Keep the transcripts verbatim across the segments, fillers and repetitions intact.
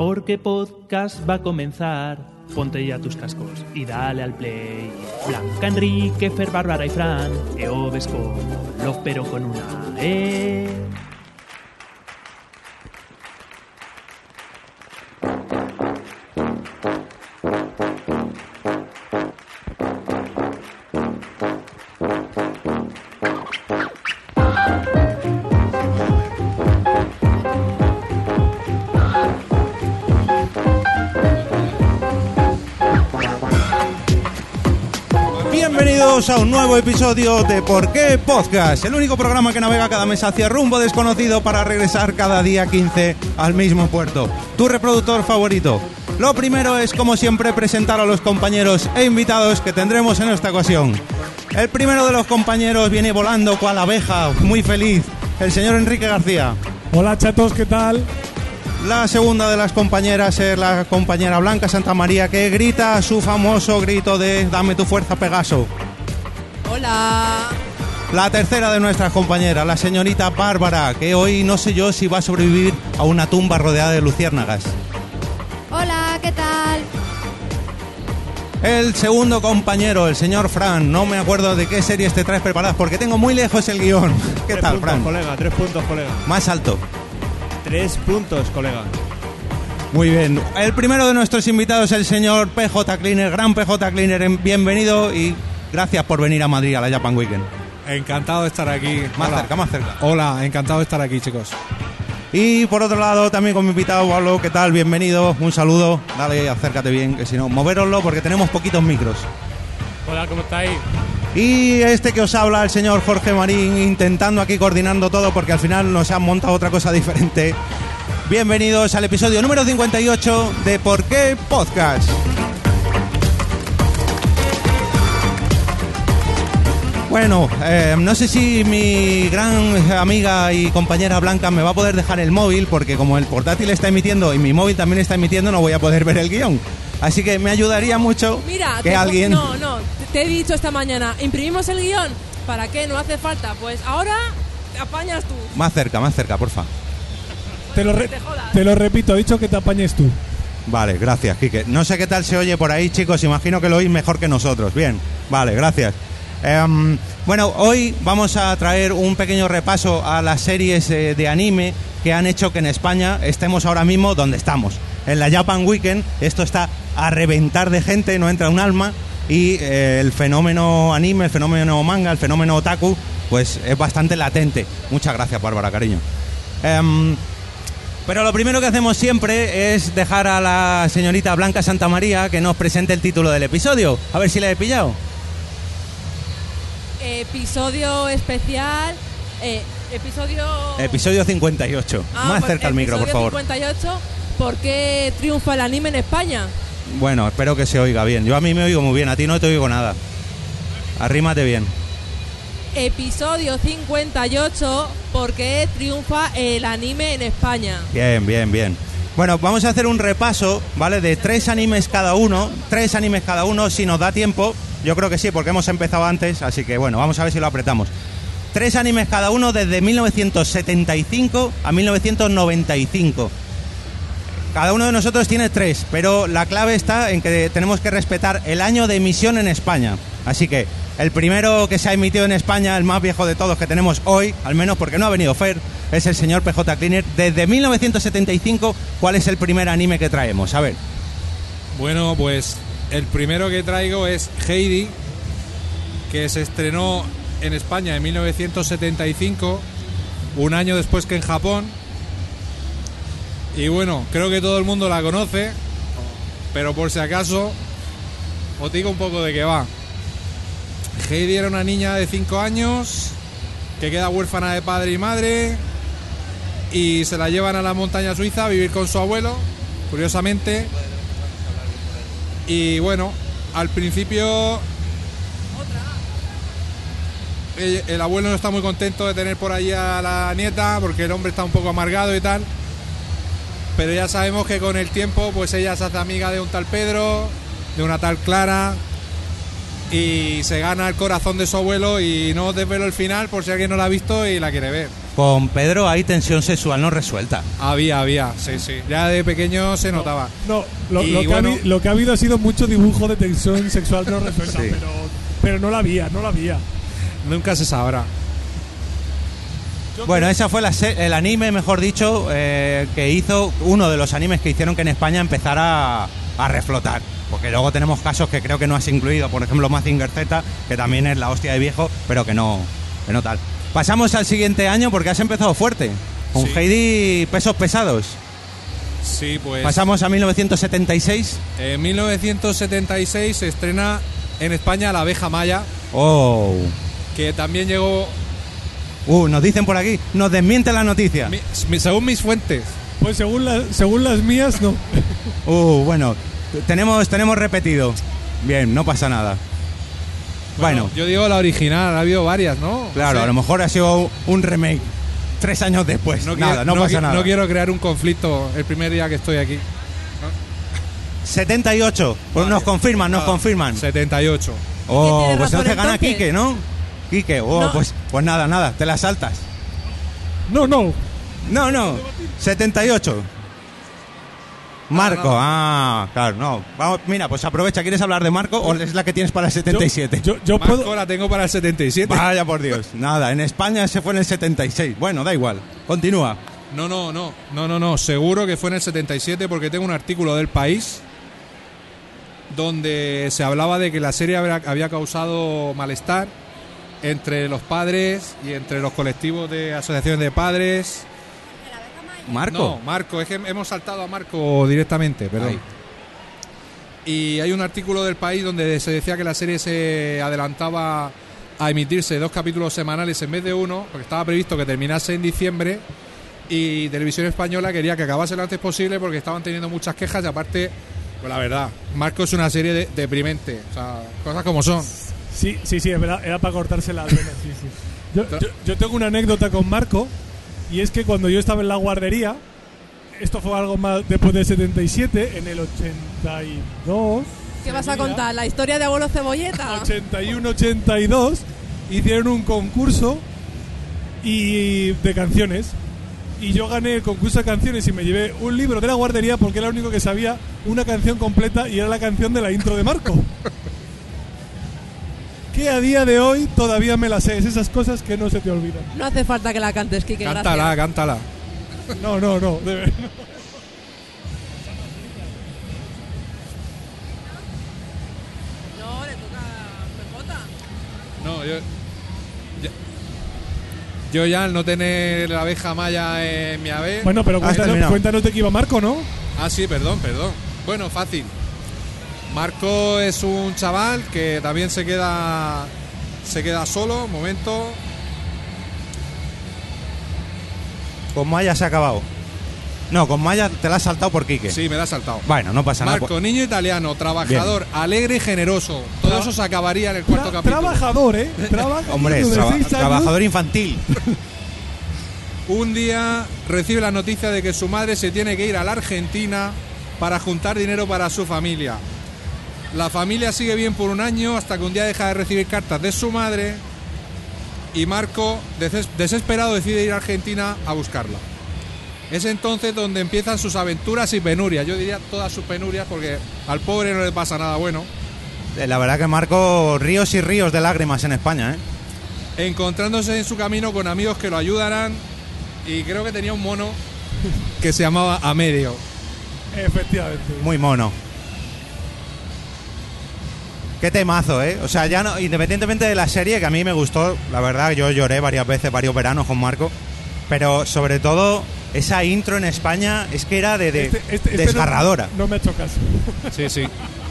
Porque podcast va a comenzar. Ponte ya tus cascos y dale al play. Blanca, Enrique, Fer, Bárbara y Fran. E o ves como Love pero con una E. Bienvenidos a un nuevo episodio de ¿Por qué Podcast? El único programa que navega cada mes hacia rumbo desconocido para regresar cada día quince al mismo puerto. Tu reproductor favorito. Lo primero es, como siempre, presentar a los compañeros e invitados que tendremos en esta ocasión. El primero de los compañeros viene volando cual abeja, muy feliz, el señor Enrique García. Hola chatos, ¿qué tal? La segunda de las compañeras es la compañera Blanca Santamaría, que grita su famoso grito de "Dame tu fuerza, Pegaso". Hola. La tercera de nuestras compañeras, la señorita Bárbara, que hoy no sé yo si va a sobrevivir a una tumba rodeada de luciérnagas. Hola, ¿qué tal? El segundo compañero, el señor Fran, no me acuerdo de qué series te traes preparadas porque tengo muy lejos el guión. ¿Qué tres tal, puntos, Fran? Colega, tres puntos, colega. Más alto. Tres puntos, colega. Muy bien. El primero de nuestros invitados, el señor P J Cleaner, gran P J Cleaner, bienvenido y gracias por venir a Madrid a la Japan Weekend. Encantado de estar aquí. Más Hola. cerca, más cerca. Hola, encantado de estar aquí, chicos. Y por otro lado, también con mi invitado Pablo, ¿qué tal? Bienvenido, un saludo. Dale, acércate bien, que si no, movéroslo porque tenemos poquitos micros. Hola, ¿cómo estáis? Y este que os habla, el señor Jorge Marín, intentando aquí coordinando todo porque al final nos han montado otra cosa diferente. Bienvenidos al episodio número cincuenta y ocho de ¿Por qué Podcast? Bueno, eh, no sé si mi gran amiga y compañera Blanca me va a poder dejar el móvil, porque como el portátil está emitiendo y mi móvil también está emitiendo, no voy a poder ver el guión. Así que me ayudaría mucho Mira, que te, alguien... No, no, te he dicho esta mañana, imprimimos el guión. ¿Para qué? No hace falta. Pues ahora te apañas tú. Más cerca, más cerca, porfa. Te lo, re- te jodas. te lo repito, he dicho que te apañes tú. Vale, gracias, Quique. No sé qué tal se oye por ahí, chicos. Imagino que lo oís mejor que nosotros. Bien, vale, gracias. Um, bueno, hoy vamos a traer un pequeño repaso a las series eh, de anime que han hecho que en España estemos ahora mismo donde estamos. En la Japan Weekend esto está a reventar de gente, no entra un alma. Y eh, el fenómeno anime, el fenómeno manga, el fenómeno otaku, pues es bastante latente. Muchas gracias, Bárbara, cariño. Um, Pero lo primero que hacemos siempre es dejar a la señorita Blanca Santamaría que nos presente el título del episodio. A ver si la he pillado. Episodio especial. Eh, episodio. Episodio cincuenta y ocho. Ah, Más pues, cerca al micro, por episodio favor. cincuenta y ocho. ¿Por qué triunfa el anime en España? Bueno, espero que se oiga bien. Yo a mí me oigo muy bien, a ti no te oigo nada. Arrímate bien. Episodio cincuenta y ocho. ¿Por qué triunfa el anime en España? Bien, bien, bien. Bueno, vamos a hacer un repaso, ¿vale? De tres animes cada uno. Tres animes cada uno, si nos da tiempo. Yo creo que sí, porque hemos empezado antes, así que bueno, vamos a ver si lo apretamos. Tres animes cada uno desde mil novecientos setenta y cinco a mil novecientos noventa y cinco. Cada uno de nosotros tiene tres, pero la clave está en que tenemos que respetar el año de emisión en España. Así que el primero que se ha emitido en España, el más viejo de todos que tenemos hoy, al menos porque no ha venido Fer, es el señor P J Cleaner. Desde mil novecientos setenta y cinco, ¿cuál es el primer anime que traemos? A ver. Bueno, pues el primero que traigo es Heidi, que se estrenó en España en mil novecientos setenta y cinco, un año después que en Japón. Y bueno, creo que todo el mundo la conoce, pero por si acaso os digo un poco de qué va. Heidi era una niña de cinco años que queda huérfana de padre y madre y se la llevan a la montaña suiza a vivir con su abuelo, curiosamente. Y bueno, al principio el, el abuelo no está muy contento de tener por allí a la nieta porque el hombre está un poco amargado y tal. Pero ya sabemos que con el tiempo pues ella se hace amiga de un tal Pedro, de una tal Clara, y se gana el corazón de su abuelo. Y no os desvelo el final por si alguien no la ha visto y la quiere ver. con Pedro hay tensión sexual no resuelta. Había, había, sí, sí. Ya de pequeño se notaba. No, lo, Y lo que bueno- ha, habi- lo que ha habido ha sido mucho dibujo de tensión sexual no resuelta, Sí. pero, pero no la había, no la había. Nunca se sabrá. Yo Bueno, creo- esa fue la se- el anime, mejor dicho, eh, que hizo uno de los animes que hicieron que en España empezara a, a reflotar. Porque luego tenemos casos que creo que no has incluido, por ejemplo Mazinger Z, que también es la hostia de viejo, pero que no, que no tal. Pasamos al siguiente año porque has empezado fuerte, con Sí. Heidi pesos pesados. Sí, pues. Pasamos a mil novecientos setenta y seis. En mil novecientos setenta y seis se estrena en España La abeja maya, Oh. que también llegó, Uh, nos dicen por aquí, nos desmiente la noticia. mi- mi- según mis fuentes. Pues según, la- según las mías, no. Uh, bueno, tenemos, tenemos repetido. Bien, no pasa nada. Bueno, Yo digo la original, ha habido varias, ¿no? claro, No sé. a lo mejor ha sido un remake tres años después. No nada, quiero- no, pasa qui- nada. No quiero crear un conflicto el primer día que estoy aquí. setenta y ocho, pues Vale. nos confirman, nos Ah, confirman. setenta y ocho. Oh, tiene pues razón entonces gana entonces? Quique, ¿no? Quique, oh, No. pues, pues nada, nada, te la saltas. No, no. No, no, setenta y ocho. Marco, ah, claro, no. Vamos, mira, pues aprovecha, ¿quieres hablar de Marco o es la que tienes para el setenta y siete? Yo, yo Marco puedo. la tengo para el setenta y siete. Vaya por Dios, nada, en España se fue en el setenta y seis. Bueno, da igual, continúa. No, no, no, no, no, no. Seguro que fue en el setenta y siete porque tengo un artículo del País donde se hablaba de que la serie había, había causado malestar entre los padres y entre los colectivos de asociaciones de padres. Marco. No, Marco, es que hemos saltado a Marco directamente, perdón. Y hay un artículo del País donde se decía que la serie se adelantaba a emitirse dos capítulos semanales en vez de uno, porque estaba previsto que terminase en diciembre, y Televisión Española quería que acabase lo antes posible porque estaban teniendo muchas quejas y aparte, pues la verdad, Marco es una serie de- deprimente, o sea, cosas como son. Sí, sí, sí, es verdad, era para cortarse las venas. Sí, sí. Yo, yo, yo tengo una anécdota con Marco, y es que cuando yo estaba en la guardería, esto fue algo más después del setenta y siete, en el ochenta y dos. ¿Qué vas a sería, contar? ¿La historia de abuelo cebolleta? ochenta y uno ochenta y dos hicieron un concurso y de canciones. Y yo gané el concurso de canciones y me llevé un libro de la guardería porque era el único que sabía una canción completa y era la canción de la intro de Marco. Que a día de hoy todavía me la sé. Es esas cosas que no se te olvidan. No hace falta que la cantes, Kike, Cántala, gracias. cántala. No, no, no. De verdad. No, le toca a P J. No, yo, yo. Yo ya al no tener la abeja maya en mi ave. Bueno, pero Has cuéntanos, terminado. cuéntanos de qué iba Marco, ¿no? Ah, sí, perdón, perdón. Bueno, fácil. Marco es un chaval que también se queda se queda solo, un momento. Con Maya se ha acabado. No, con Maya te la has saltado por Quique. Sí, me la ha saltado. Bueno, no pasa nada. Marco, niño italiano, trabajador, alegre y generoso. Todo Tra- eso se acabaría en el cuarto Tra- capítulo. trabajador, ¿eh? Trabaja, Hombre, niño de traba- seis años. trabajador infantil. Un día recibe la noticia de que su madre se tiene que ir a la Argentina para juntar dinero para su familia. La familia sigue bien por un año hasta que un día deja de recibir cartas de su madre y Marco, deses- desesperado, decide ir a Argentina a buscarla. Es entonces donde empiezan sus aventuras y penurias. Yo diría todas sus penurias porque al pobre no le pasa nada bueno. Eh, La verdad que Marco, ríos y ríos de lágrimas en España, ¿eh? Encontrándose en su camino con amigos que lo ayudarán y creo que tenía un mono que se llamaba Amedio. Efectivamente. Muy mono. Qué temazo, ¿eh? O sea, ya no, independientemente de la serie, que a mí me gustó, la verdad, yo lloré varias veces, varios veranos con Marco, pero sobre todo esa intro en España es que era de, de- Este- este- este desgarradora. No, no me ha hecho caso. Sí, sí.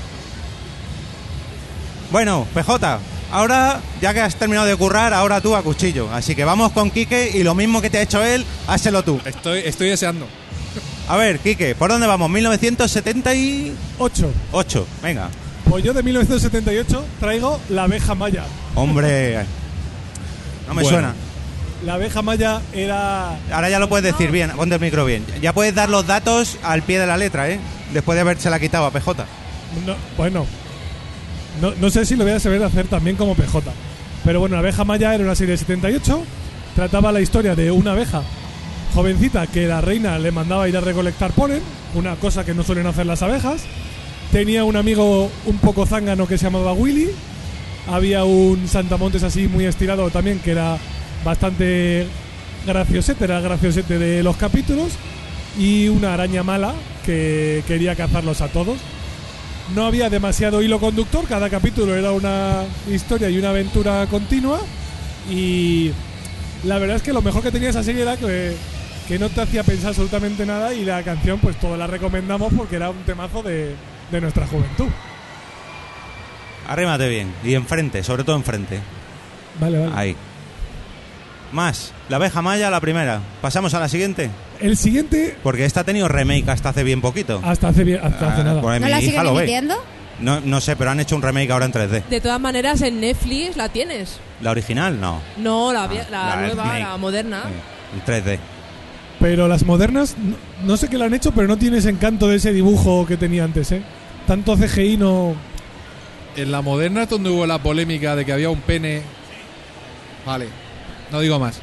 Bueno, P J, ahora, ya que has terminado de currar, ahora tú a cuchillo. Así que vamos con Quique y lo mismo que te ha hecho él, házelo tú. Estoy, estoy deseando. A ver, Quique, ¿por dónde vamos? mil novecientos setenta y Ocho. ocho, venga. Pues yo de mil novecientos setenta y ocho traigo La abeja maya. Hombre, no me Bueno. suena. La abeja maya era... Ahora ya lo puedes decir bien, ponte el micro bien. Ya puedes dar los datos al pie de la letra, ¿eh? Después de habérsela quitado a P J. No, bueno, no, no sé si lo voy a saber hacer también como P J. Pero bueno, La abeja maya era una serie de setenta y ocho trataba la historia de una abeja jovencita que la reina le mandaba ir a recolectar polen, una cosa que no suelen hacer las abejas. Tenía un amigo un poco zángano que se llamaba Willy. Había un Santamontes así muy estirado también que era bastante graciosete, era graciosete de los capítulos. Y una araña mala que quería cazarlos a todos. No había demasiado hilo conductor, cada capítulo era una historia y una aventura continua. Y la verdad es que lo mejor que tenía esa serie era que, que no te hacía pensar absolutamente nada. Y la canción pues todos la recomendamos porque era un temazo de, de nuestra juventud. Arrímate bien. Y enfrente, sobre todo enfrente. Vale, vale. Ahí. Más. La abeja maya, la primera. ¿Pasamos a la siguiente? El siguiente... Porque esta ha tenido remake hasta hace bien poquito. Hasta hace, bien, hasta hace Ah, nada. pues ¿No mi la hija siguen lo ve. emitiendo? No, no sé, pero han hecho un remake ahora en tres D. De todas maneras, en Netflix la tienes. ¿La original? No. No, la, Ah, vie- la la nueva, remake. la moderna. Sí, en tres D. Pero las modernas, no, no sé qué le han hecho, pero no tiene ese encanto de ese dibujo que tenía antes, ¿eh? Tanto C G I no... En la moderna es donde hubo la polémica de que había un pene. Vale, no digo más.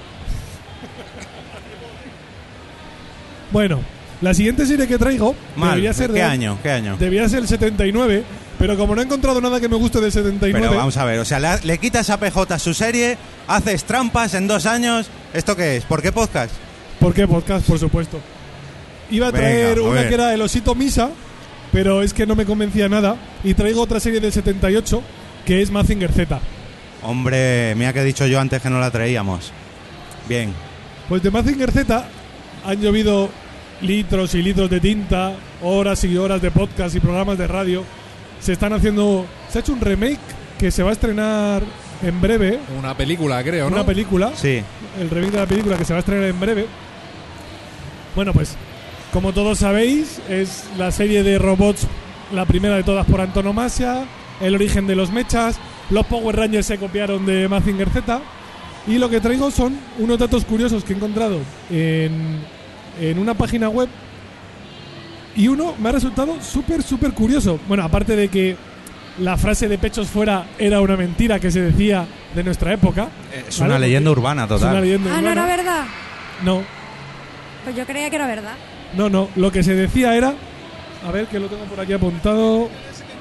Bueno, la siguiente serie que traigo Mal. debería ser ¿Qué de- año? ¿Qué año? Debería ser el setenta y nueve, pero como no he encontrado nada que me guste del setenta y nueve... Pero vamos a ver, o sea, le, le quitas a P J su serie, haces trampas en dos años. ¿Esto qué es? ¿Por qué podcast? ¿Por qué podcast? Por supuesto. Iba a Venga, traer a una ver. que era El Osito Misa, pero es que no me convencía nada. Y traigo otra serie del setenta y ocho, que es Mazinger Z. Hombre, mira que he dicho yo antes que no la traíamos. Bien. Pues de Mazinger Z han llovido litros y litros de tinta, horas y horas de podcast y programas de radio. Se están haciendo... Se ha hecho un remake que se va a estrenar en breve. Una película, creo, ¿no? Una película. Sí. El remake de la película que se va a estrenar en breve. Bueno, pues, como todos sabéis, es la serie de robots, la primera de todas por antonomasia, el origen de los mechas. Los Power Rangers se copiaron de Mazinger Z. Y lo que traigo son unos datos curiosos que he encontrado en, en una página web. Y uno me ha resultado súper, súper curioso. Bueno, aparte de que la frase de pechos fuera era una mentira que se decía de nuestra época. Es ¿vale? una leyenda urbana Es una total. leyenda Ah, ¿no urbana. era verdad? No, Pues yo creía que era verdad. no, no. Lo que se decía era... A ver, que lo tengo por aquí apuntado.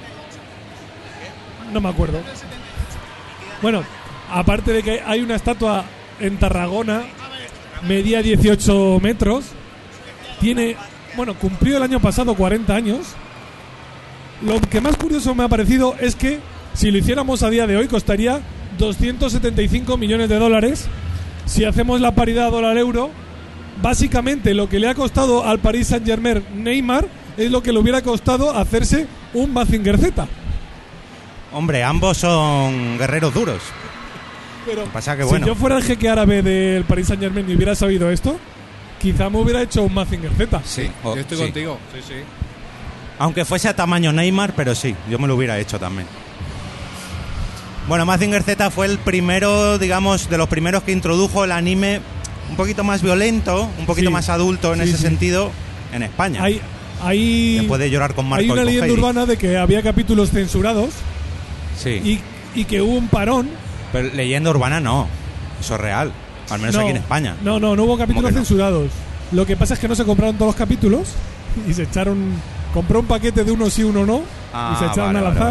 No me acuerdo. Bueno, aparte de que hay una estatua en Tarragona, medía dieciocho metros. Tiene... Bueno, cumplió el año pasado cuarenta años. Lo que más curioso me ha parecido es que si lo hiciéramos a día de hoy costaría doscientos setenta y cinco millones de dólares. Si hacemos la paridad dólar-euro, básicamente lo que le ha costado al Paris Saint-Germain Neymar es lo que le hubiera costado hacerse un Mazinger Z. Hombre, ambos son guerreros duros. Pero Pasa que si bueno. yo fuera el jeque árabe del Paris Saint-Germain y hubiera sabido esto, quizá me hubiera hecho un Mazinger Z. Sí, Yo o- estoy sí. contigo. Sí, sí. Aunque fuese a tamaño Neymar, pero sí, yo me lo hubiera hecho también. Bueno, Mazinger Z fue el primero, digamos, de los primeros que introdujo el anime un poquito más violento, un poquito Sí. más adulto en Sí, ese sí. sentido en España. Hay, hay, Después de llorar con Marco hay y una con leyenda Heidi. urbana de que había capítulos censurados Sí. y, y que hubo un parón. Pero leyenda urbana no, eso es real, al menos No, aquí en España. No, no, no hubo capítulos que no? censurados. Lo que pasa es que no se compraron todos los capítulos y se echaron... Compró un paquete de uno sí, uno no Ah, y se echaron vale, al vale, azar.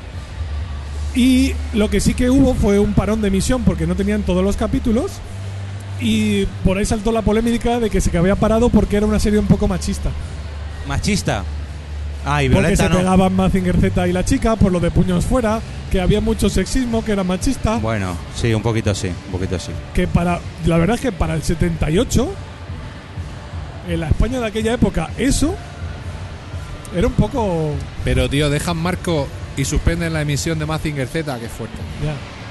Y lo que sí que hubo fue un parón de emisión porque no tenían todos los capítulos y por ahí saltó la polémica de que se había parado porque era una serie un poco machista. Machista. Ah, y Porque violenta se no. pegaban Mazinger Z y la chica por lo de puños fuera, que había mucho sexismo, que era machista. Bueno, sí, un poquito sí, un poquito sí. Que para la verdad es que para el setenta y ocho en la España de aquella época eso era un poco Pero, tío, dejan Marco y suspenden la emisión de Mazinger Z, que fuerte. ya.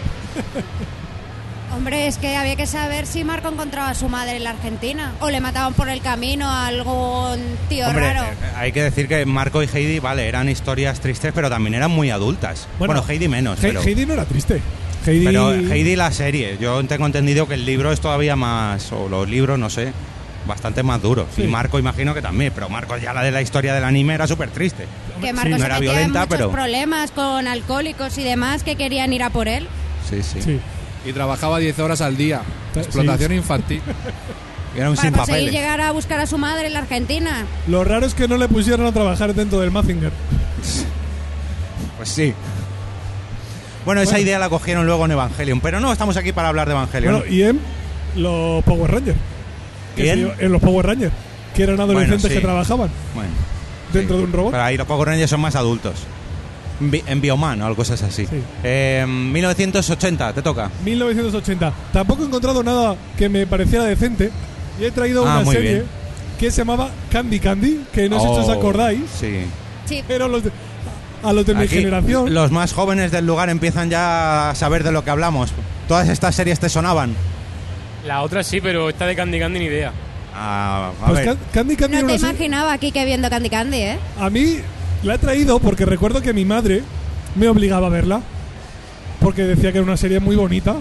Hombre, es que había que saber si Marco encontraba a su madre en la Argentina o le mataban por el camino a algún tío Hombre, raro. eh, hay que decir que Marco y Heidi, vale, eran historias tristes, pero también eran muy adultas. Bueno, Heidi menos, He- pero, Heidi no era triste. Heidi, pero Heidi la serie. Yo tengo entendido que el libro es todavía más, o los libros, no sé, bastante más duros. Sí. Y Marco imagino que también, pero Marco ya la de la historia del anime era súper triste. que sí, Marco no se era metía violenta, en muchos pero- problemas con alcohólicos y demás que querían ir a por él. Sí, sí. sí. Y trabajaba diez horas al día. Explotación Sí. infantil. Y era un Para sin conseguir papeles. llegar a buscar a su madre en la Argentina. Lo raro es que no le pusieron a trabajar dentro del Mazinger. Pues sí. Bueno, esa Bueno. idea la cogieron luego en Evangelion, pero no estamos aquí para hablar de Evangelion. Bueno, y en los Power Rangers. Que ¿Y se en? lleva- en los Power Rangers. Que eran adolescentes Bueno, sí. que trabajaban Bueno, dentro sí. de un robot. Pero ahí los Power Rangers son más adultos. En Bi- En Bioman o cosas así. Sí. Eh, mil novecientos ochenta, te toca. mil novecientos ochenta. Tampoco he encontrado nada que me pareciera decente. Y he traído Ah, una muy serie bien. que se llamaba Candy Candy. Que no sé si os Oh, acordáis. Sí. Sí. Pero los de- a los de mi Aquí, generación. los más jóvenes del lugar empiezan ya a saber de lo que hablamos. Todas estas series te sonaban. La otra sí, pero esta de Candy Candy ni idea. Ah, a Pues ver. Can- Candy Candy No era te una serie- imaginaba aquí que viendo Candy Candy, ¿eh? A mí la he traído porque recuerdo que mi madre me obligaba a verla. Porque decía que era una serie muy bonita.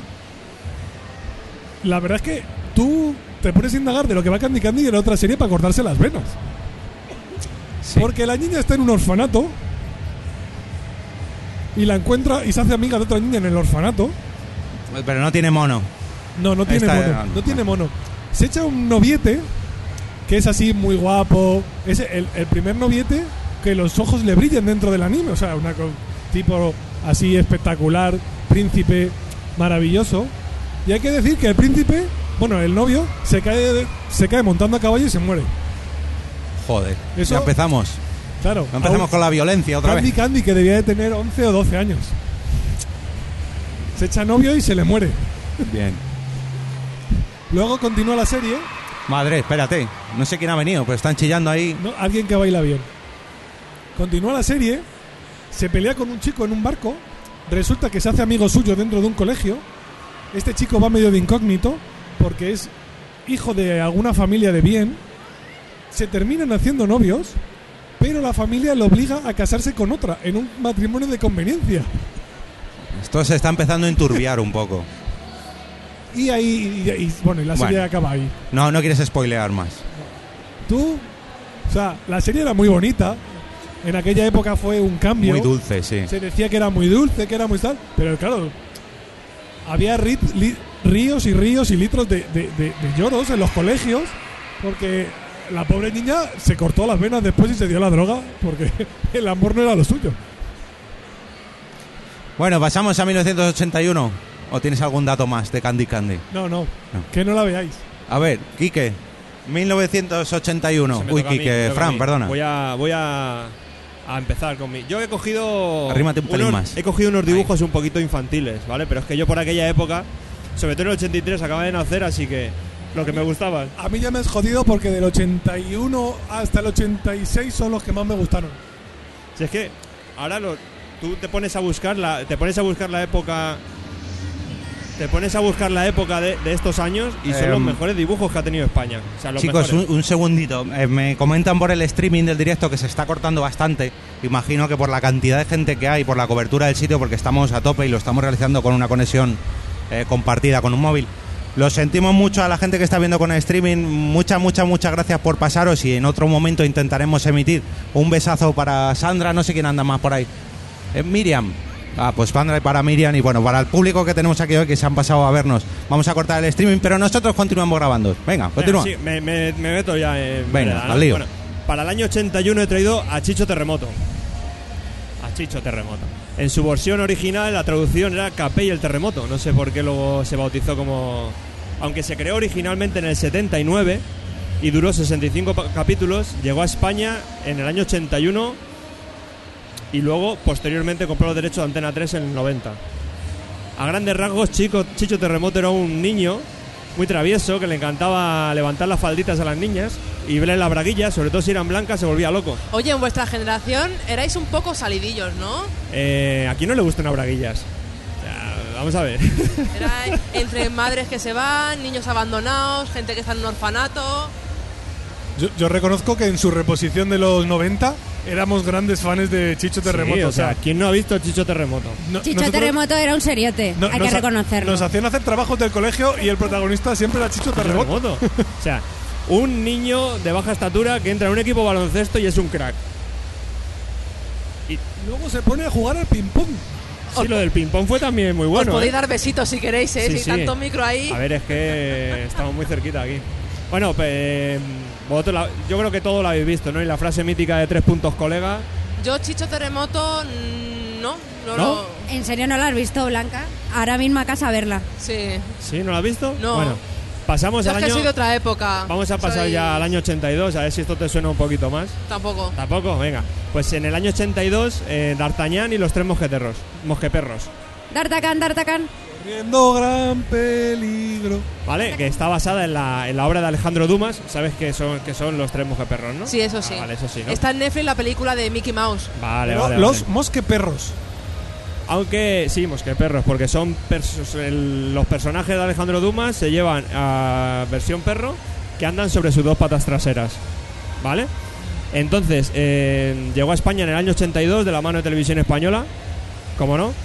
La verdad es que tú te pones a indagar de lo que va Candy Candy y era otra serie para cortarse las venas. Sí. Porque la niña está en un orfanato y la encuentra y se hace amiga de otra niña en el orfanato. Pero no tiene mono. No, no tiene Esta- mono. no. No tiene mono. Se echa un noviete que es así muy guapo. Es el, el primer noviete que los ojos le brillan dentro del anime. O sea, una co- tipo así espectacular, príncipe maravilloso. Y hay que decir que el príncipe, bueno, el novio, se cae, de- se cae montando a caballo y se muere. Joder. Eso- Ya empezamos. Claro. Ya empezamos Aún- con la violencia otra Candy vez. Candy, que debía de tener once o doce años. Se echa novio y se le muere. Bien. Luego continúa la serie. Madre, espérate. No sé quién ha venido, pero están chillando ahí. No, alguien que baila bien. Continúa la serie. Se pelea con un chico en un barco. Resulta que se hace amigo suyo dentro de un colegio. Este chico va medio de incógnito porque es hijo de alguna familia de bien. Se terminan haciendo novios, pero la familia lo obliga a casarse con otra en un matrimonio de conveniencia. Esto se está empezando a enturbiar un poco. Y ahí, y, y- bueno, y la serie Bueno. acaba ahí. No, no quieres spoilear más. Tú, o sea, la serie era muy bonita. En aquella época fue un cambio. Muy dulce, sí. Se decía que era muy dulce, que era muy tal, pero claro, había rit- li- ríos y ríos y litros de, de- de- de lloros en los colegios porque la pobre niña se cortó las venas después y se dio la droga porque el amor no era lo suyo. Bueno, pasamos a mil novecientos ochenta y uno. ¿O tienes algún dato más de Candy Candy? No, no, No. que no la veáis. A ver, Quique. mil novecientos ochenta y uno. Se me Uy, toca a mí, me Quique, toca a Fran, mí. perdona. Voy a, voy a, a empezar con mi. Yo he cogido. Arrímate un pelín unos- más. He cogido unos dibujos un poquito infantiles, ¿vale? Pero es que yo por aquella época, sobre todo en el ochenta y tres, acaba de nacer, así que lo que me gustaban. A mí ya me has jodido porque del ochenta y uno hasta el ochenta y seis son los que más me gustaron. Si es que ahora lo, tú te pones a buscar la, te pones a buscar la época. Te pones a buscar la época de, de estos años y son Em, los mejores dibujos que ha tenido España. O sea, los Chicos, un, mejores. un segundito. Eh, me comentan por el streaming del directo que se está cortando bastante. Imagino que por la cantidad de gente que hay, por la cobertura del sitio, porque estamos a tope y lo estamos realizando con una conexión eh, compartida con un móvil. Lo sentimos mucho a la gente que está viendo con el streaming. Muchas, muchas, muchas gracias por pasaros y en otro momento intentaremos emitir un besazo para Sandra. No sé quién anda más por ahí. Eh, Miriam. Ah, pues Sandra y para Miriam y bueno, para el público que tenemos aquí hoy que se han pasado a vernos. Vamos a cortar el streaming, pero nosotros continuamos grabando. Venga, continúa. Venga, sí, me, me- me meto ya en. Venga, vereda, ¿no? al lío. Bueno, para el año ochenta y uno he traído a Chicho Terremoto. A Chicho Terremoto. En su versión original, la traducción era Capé y el Terremoto. No sé por qué luego se bautizó como. Aunque se creó originalmente en el setenta y nueve y duró sesenta y cinco pa- capítulos, llegó a España en el año ochenta y uno y luego, posteriormente, compró los derechos de Antena tres en el noventa. A grandes rasgos, Chico, Chicho Terremoto era un niño muy travieso que le encantaba levantar las falditas a las niñas y verle las braguillas, sobre todo si eran blancas, se volvía loco. Oye, en vuestra generación erais un poco salidillos, ¿no? Eh, ¿A quién no le gustan las braguillas? O sea, vamos a ver. Era entre madres que se van, niños abandonados, gente que está en un orfanato. Yo, yo reconozco que en su reposición de los noventa éramos grandes fans de Chicho Terremoto. Sí, o sea, ¿quién no ha visto Chicho Terremoto? no- Chicho nosotros- Terremoto era un seriote, no- hay nos que ha- reconocerlo. Nos hacían hacer trabajos del colegio y el protagonista siempre era Chicho Terremoto. O sea, un niño de baja estatura que entra en un equipo de baloncesto y es un crack. Luego se pone a jugar al ping-pong. Sí, lo del ping-pong fue también muy bueno. Os podéis ¿eh? dar besitos si queréis, ¿eh? Sí, si sí. tanto micro ahí. A ver, es que estamos muy cerquita aquí. Bueno, pues vosotros la- yo creo que todo lo habéis visto, ¿no? Y la frase mítica de tres puntos, colega. Yo, Chicho Terremoto, mm, no. No, ¿No? lo- ¿En serio no la has visto, Blanca? Ahora mismo a casa a verla. Sí. ¿Sí? ¿No lo has visto? No. Bueno, pasamos Yo al es que año... soy de otra época. Vamos a pasar Soy- ya al año ochenta y dos, a ver si esto te suena un poquito más. Tampoco. ¿Tampoco? Venga. Pues en el año ochenta y dos, eh, D'Artagnan y los tres mosqueterros. Mosqueperros. D'Artagnan, D'Artagnan. Corriendo gran peligro. ¿Vale? Que está basada en la, en la obra de Alejandro Dumas. ¿Sabes que son, que son los tres mosqueperros, no? Sí, eso sí. Ah, vale, eso sí, ¿no? Está en Netflix la película de Mickey Mouse. Vale, Pero vale, los vale. mosqueperros. Aunque sí, mosqueperros, porque son persos- el- los personajes de Alejandro Dumas se llevan a versión perro que andan sobre sus dos patas traseras. ¿Vale? Entonces, eh, llegó a España en el año ochenta y dos de la mano de Televisión Española, como no,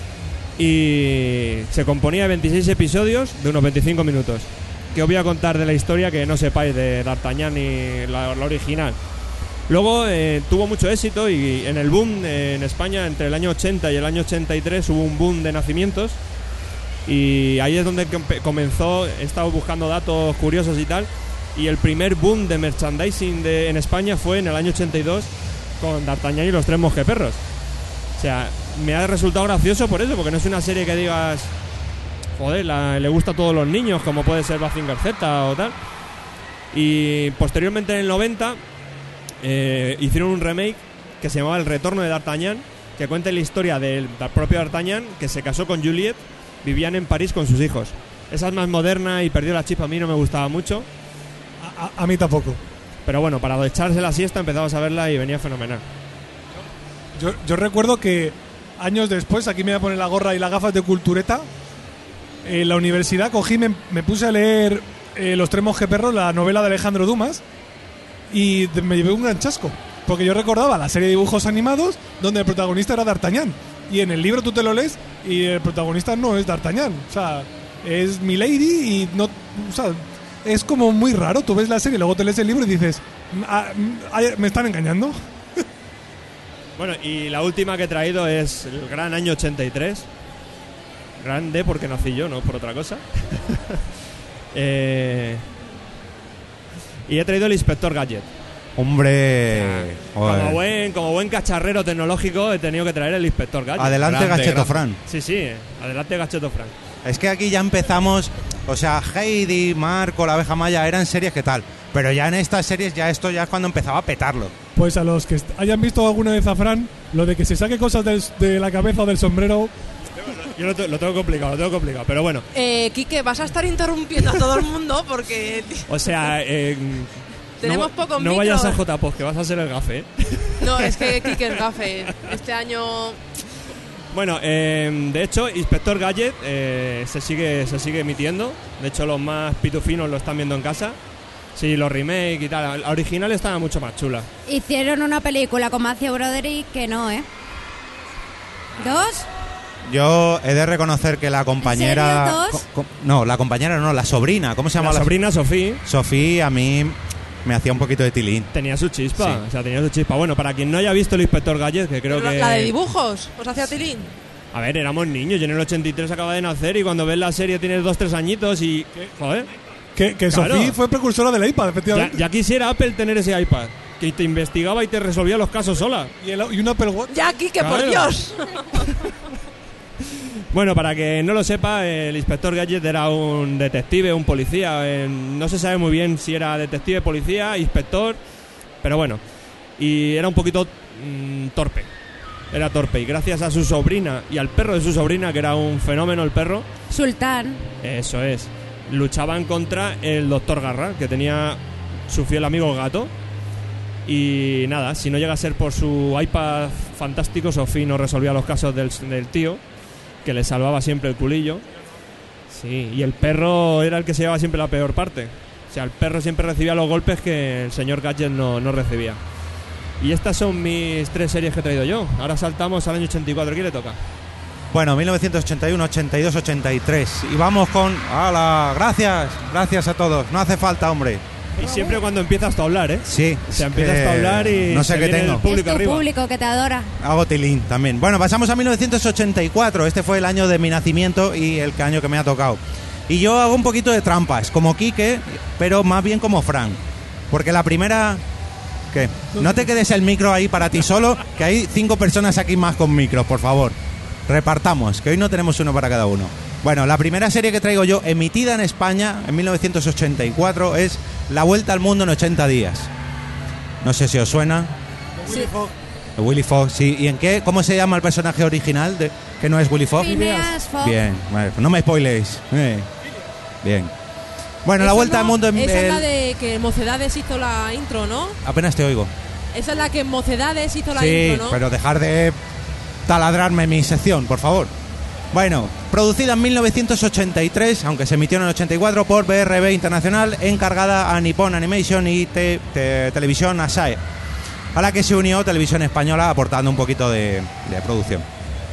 y se componía de veintiséis episodios de unos veinticinco minutos. Que os voy a contar de la historia que no sepáis de D'Artagnan y la, la original. Luego eh, tuvo mucho éxito y en el boom eh, en España entre el año ochenta y el año ochenta y tres hubo un boom de nacimientos y ahí es donde compe- comenzó, he estado buscando datos curiosos y tal, y el primer boom de merchandising de, en España fue en el año ochenta y dos con D'Artagnan y los tres mosqueperros. O sea, me ha resultado gracioso por eso, porque no es una serie que digas, joder, la- le gusta a todos los niños, como puede ser Mazinger Z o tal. Y posteriormente en el noventa eh, hicieron un remake que se llamaba El Retorno de D'Artagnan, que cuenta la historia del, del propio D'Artagnan, que se casó con Juliette, vivían en París con sus hijos. Esa es más moderna y perdió la chispa, a mí no me gustaba mucho. A, a- a mí tampoco. Pero bueno, para echarse la siesta empezamos a verla y venía fenomenal. Yo, yo recuerdo que años después, aquí me voy a poner la gorra y las gafas de cultureta, en la universidad cogí, me, me puse a leer eh, Los tres mosqueperros, la novela de Alejandro Dumas, y de- me llevé un gran chasco, porque yo recordaba la serie de dibujos animados donde el protagonista era D'Artagnan, y en el libro tú te lo lees y el protagonista no es D'Artagnan, o sea, es Milady y no, o sea, es como muy raro, tú ves la serie, luego te lees el libro y dices, "Ah, ah, me están engañando". Bueno, y la última que he traído es el gran año ochenta y tres. Grande porque nací yo, no por otra cosa. eh, y he traído el Inspector Gadget. Hombre. Como joder. buen, como buen cacharrero tecnológico he tenido que traer el Inspector Gadget. Adelante, Grande, Gacheto grande. Fran. Sí, sí, adelante Gacheto Frank. Es que aquí ya empezamos, o sea, Heidi, Marco, la abeja maya eran series que tal, pero ya en estas series ya esto ya es cuando empezaba a petarlo. Pues a los que est- hayan visto alguna vez a Fran, lo de que se saque cosas del- de la cabeza o del sombrero, Yo lo, te- lo tengo complicado, lo tengo complicado, pero bueno. Eh, Quique, vas a estar interrumpiendo a todo el mundo porque O sea, eh, Tenemos no, pocos No vayas a micros. J-Post, que vas a ser el gafe, ¿eh? no, es que Quique es gafe. Este año Bueno, eh, de hecho, Inspector Gadget eh, se sigue se sigue emitiendo. De hecho, los más pitufinos lo están viendo en casa. Sí, los remake y tal. La original estaba mucho más chula. Hicieron una película con Matthew Broderick que no, ¿eh? ¿Dos? Yo he de reconocer que la compañera... serio, dos? co- co- no, la compañera no, la sobrina, ¿cómo se llama? La sobrina Sofía Sofía a mí me hacía un poquito de tilín. tenía su chispa. Sí. O sea, tenía su chispa. Bueno, para quien no haya visto el Inspector Gadget, que creo la, que... la de dibujos, os hacía tilín. A ver, éramos niños. Yo en el ochenta y tres acaba de nacer y cuando ves la serie tienes dos, tres añitos y... Joder. que, que Claro. Sofía fue precursora del iPad, Ya, efectivamente. ya quisiera Apple tener ese iPad. Que te investigaba y te resolvía los casos sola. Y, el- y un Apple Watch. Ya, Quique, por Claro. Dios. Bueno, para que no lo sepa, el Inspector Gadget era un detective, un policía. eh, no se sabe muy bien si era detective, policía, inspector, pero bueno. Y era un poquito mm, torpe. Era torpe. Y gracias a su sobrina y al perro de su sobrina, que era un fenómeno el perro, Sultán. eso es, luchaban contra el doctor Garra, que tenía su fiel amigo el gato. Y nada, si no llega a ser por su iPad fantástico, Sofía no resolvía los casos del, del tío, que le salvaba siempre el culillo. Sí, y el perro era el que se llevaba siempre la peor parte. O sea, el perro siempre recibía los golpes que el señor Gadget no, no recibía. Y estas son mis tres series que he traído yo. Ahora saltamos al año ochenta y cuatro. ¿Quién le toca? Bueno, mil novecientos ochenta y uno, ochenta y dos, ochenta y tres. Y vamos con... ¡Hala! Gracias, gracias a todos. No hace falta, hombre. Y siempre cuando empiezas tú a hablar, ¿eh? Sí. O sea, empiezas tú a hablar y no sé se qué viene tengo. el público es tu arriba. público que te adora. Hago tilín también. Bueno, pasamos a mil novecientos ochenta y cuatro. Este fue el año de mi nacimiento y el año que me ha tocado. Y yo hago un poquito de trampas, como Quique, pero más bien como Fran. Porque la primera... ¿Qué? No te quedes el micro ahí para ti solo, que hay cinco personas aquí más con micros, por favor. Repartamos, que hoy no tenemos uno para cada uno. Bueno, la primera serie que traigo yo, emitida en España en mil novecientos ochenta y cuatro, es La Vuelta al Mundo en ochenta días. No sé si os suena. Willy Fogg. Willy Fogg, sí. ¿Y en qué? ¿Cómo se llama el personaje original de que no es Willy Fogg? Phineas Fogg. Bien, vale, no me spoiléis. Eh. Bien. Bueno, La Esa Vuelta no- al Mundo en Esa es el- la de que Mocedades hizo la intro, ¿no? Apenas te oigo. Esa es la que Mocedades hizo la Sí, intro, ¿no? pero dejar de taladrarme mi sección, por favor. Bueno, producida en mil novecientos ochenta y tres, aunque se emitió en el ochenta y cuatro por B R B Internacional, encargada a Nippon Animation y te, te- Televisión Asahi, a la que se unió Televisión Española aportando un poquito de, de producción.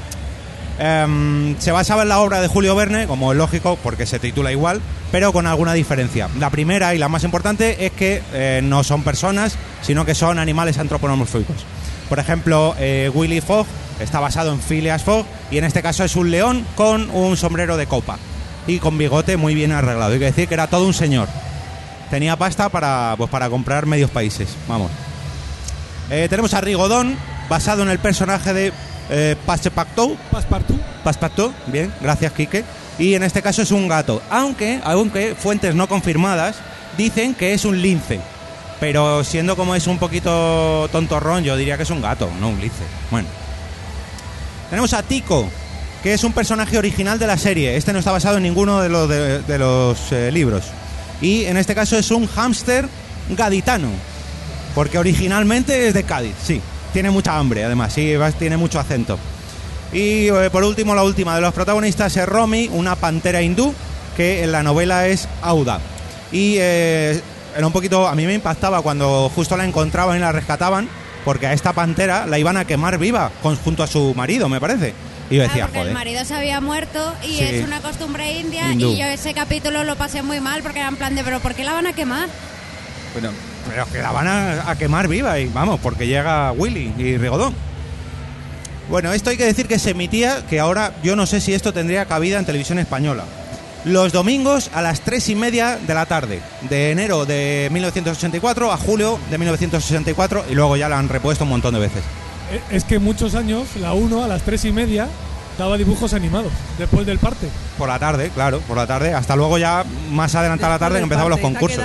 Em, se basaba en la obra de Julio Verne, como es lógico, porque se titula igual, pero con alguna diferencia. La primera y la más importante es que eh, no son personas, sino que son animales antropomórficos. Por ejemplo, eh, Willy Fogg está basado en Phileas Fogg y en este caso es un león con un sombrero de copa y con bigote muy bien arreglado. Hay que decir que era todo un señor. Tenía pasta para, pues, para comprar medios países. Vamos. Eh, tenemos a Rigodón, basado en el personaje de eh, Passepartout. Passepartout. Passepartout, bien, gracias Quique. Y en este caso es un gato, aunque, aunque fuentes no confirmadas dicen que es un lince. Pero siendo como es un poquito tontorrón, yo diría que es un gato, no un lince. Bueno. Tenemos a Tico, que es un personaje original de la serie. Este no está basado en ninguno de los, de, de los eh, libros. Y en este caso es un hámster gaditano. Porque originalmente es de Cádiz, sí. Tiene mucha hambre, además, sí, tiene mucho acento. Y eh, por último, la última de los protagonistas es Romy, una pantera hindú, que en la novela es Auda. Y eh, era un poquito, a mí me impactaba cuando justo la encontraban y la rescataban, porque a esta pantera la iban a quemar viva con, junto a su marido, me parece. Y yo decía, Ah, porque joder. el marido se había muerto y Sí. es una costumbre india Hindú. y yo ese capítulo lo pasé muy mal porque era en plan de, pero ¿por qué la van a quemar? Pero, pero que la van a, a quemar viva y vamos, porque llega Willy y Rigodón. Bueno, esto hay que decir que se emitía, que ahora yo no sé si esto tendría cabida en televisión española. Los domingos a las tres y media de la tarde, de enero de mil novecientos ochenta y cuatro a julio de mil novecientos sesenta y cuatro, y luego ya la han repuesto un montón de veces. Eh, Es que muchos años, la uno a las tres y media, daba dibujos animados, después del parte. Por la tarde, claro, por la tarde. Hasta luego ya más adelantada la tarde que empezaban los concursos.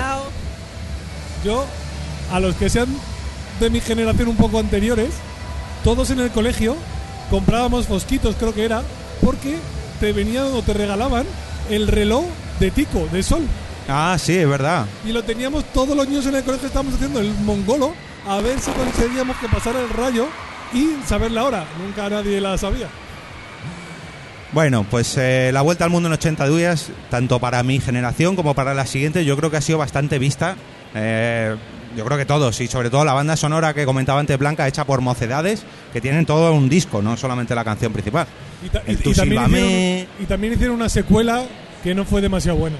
Yo, a los que sean de mi generación un poco anteriores, todos en el colegio comprábamos fosquitos, creo que era, porque te venían o te regalaban el reloj de Tico, de Sol. Ah, sí, es verdad. Y lo teníamos todos los niños en el colegio, estábamos haciendo el mongolo a ver si conseguíamos que pasara el rayo y saber la hora. Nunca nadie la sabía. Bueno, pues eh, la vuelta al mundo en ochenta días, tanto para mi generación como para la siguiente, yo creo que ha sido bastante vista. Eh, yo creo que todos, y sobre todo la banda sonora que comentaba antes Blanca, hecha por Mocedades, que tienen todo un disco, no solamente la canción principal. Y, ta- El y- Tú y también sílvame. hicieron, y también hicieron una secuela que no fue demasiado buena.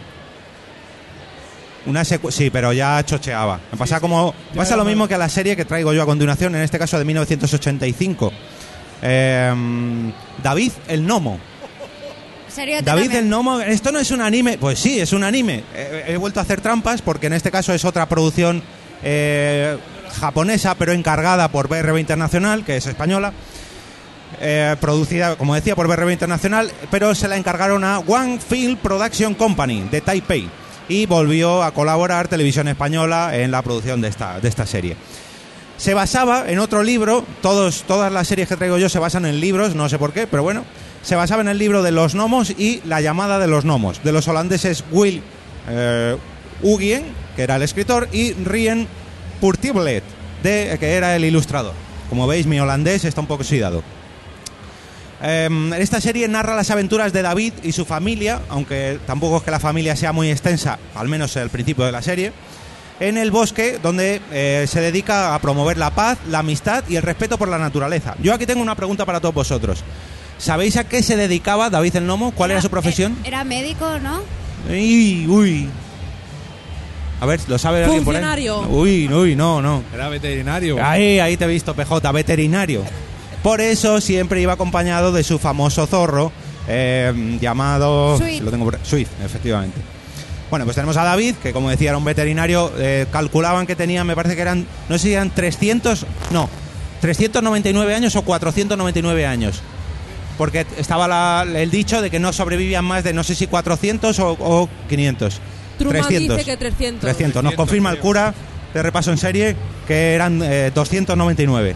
Una secu- sí, pero ya chocheaba. Me pasa como Ya pasa era lo mal. mismo que a la serie que traigo yo a continuación, en este caso de mil novecientos ochenta y cinco. Eh, David el Gnomo. Serio, tú David también. el Gnomo, ¿esto no es un anime? Pues sí, es un anime. Eh, he vuelto a hacer trampas porque en este caso es otra producción eh, japonesa, pero encargada por B R B Internacional, que es española. Eh, producida, como decía, por B R B Internacional, pero se la encargaron a One Film Production Company de Taipei y volvió a colaborar Televisión Española en la producción de esta, de esta serie. Se basaba en otro libro, todos, todas las series que traigo yo se basan en libros, no sé por qué, pero bueno, se basaba en el libro de los gnomos y La llamada de los gnomos, de los holandeses Will eh, Ugien, que era el escritor, y Rien Purtiblet, de, que era el ilustrador. Como veis, mi holandés está un poco oxidado. Eh, esta serie narra las aventuras de David y su familia, aunque tampoco es que la familia sea muy extensa, al menos al principio de la serie, en el bosque donde eh, se dedica a promover la paz, la amistad y el respeto por la naturaleza. Yo aquí tengo una pregunta para todos vosotros. ¿Sabéis a qué se dedicaba David el Gnomo? ¿Cuál era su profesión? Era médico, ¿no? Uy, uy. A ver, ¿lo sabe alguien por ahí? Funcionario. Uy, uy, no, no. Era veterinario. Ahí, ahí te he visto, P J, veterinario. Por eso siempre iba acompañado de su famoso zorro eh, llamado... Swift. Lo tengo por... Swift, efectivamente. Bueno, pues tenemos a David, que como decía era un veterinario. Eh, calculaban que tenía, me parece que eran, no sé si eran trescientos, no, trescientos noventa y nueve años o cuatrocientos noventa y nueve años. Porque estaba la, el dicho de que no sobrevivían más de no sé si cuatrocientos o, o quinientos. Truman trescientos. dice que trescientos. trescientos. Nos confirma el cura de repaso en serie que eran eh, doscientos noventa y nueve.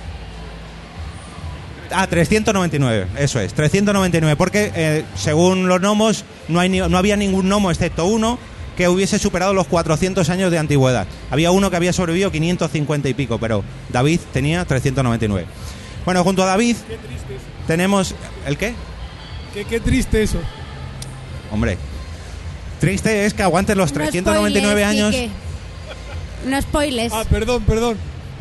Ah, trescientos noventa y nueve, eso es, trescientos noventa y nueve, porque eh, según los gnomos no, hay ni, no había ningún gnomo excepto uno que hubiese superado los cuatrocientos años de antigüedad. Había uno que había sobrevivido quinientos cincuenta y pico, pero David tenía trescientos noventa y nueve. Bueno, junto a David Qué triste eso. tenemos... ¿El qué? Qué, qué triste eso. Hombre, triste es que aguantes los trescientos noventa y nueve no años... Quique. No spoilers. Ah, perdón, perdón.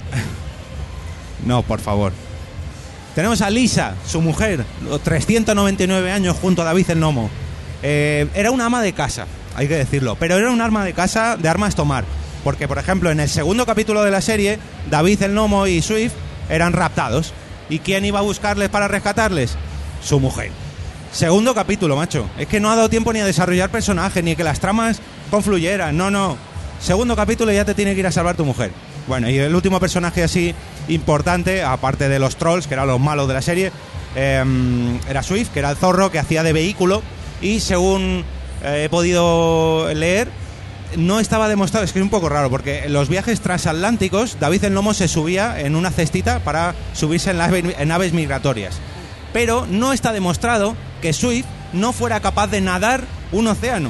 No, por favor. Tenemos a Lisa, su mujer, los trescientos noventa y nueve años junto a David el Gnomo. Eh, era una ama de casa, hay que decirlo, pero era un arma de casa de armas tomar. Porque, por ejemplo, en el segundo capítulo de la serie, David el Gnomo y Swift eran raptados. ¿Y quién iba a buscarles para rescatarles? Su mujer. Segundo capítulo, macho. Es que no ha dado tiempo ni a desarrollar personajes, ni a que las tramas confluyeran. No, no. Segundo capítulo y ya te tiene que ir a salvar tu mujer. Bueno, y el último personaje así importante, aparte de los trolls, que eran los malos de la serie, eh, era Swift, que era el zorro que hacía de vehículo. Y según eh, he podido leer, no estaba demostrado, es que es un poco raro, porque en los viajes transatlánticos David el Gnomo se subía en una cestita para subirse en, las, en naves migratorias. Pero no está demostrado que Swift no fuera capaz de nadar un océano.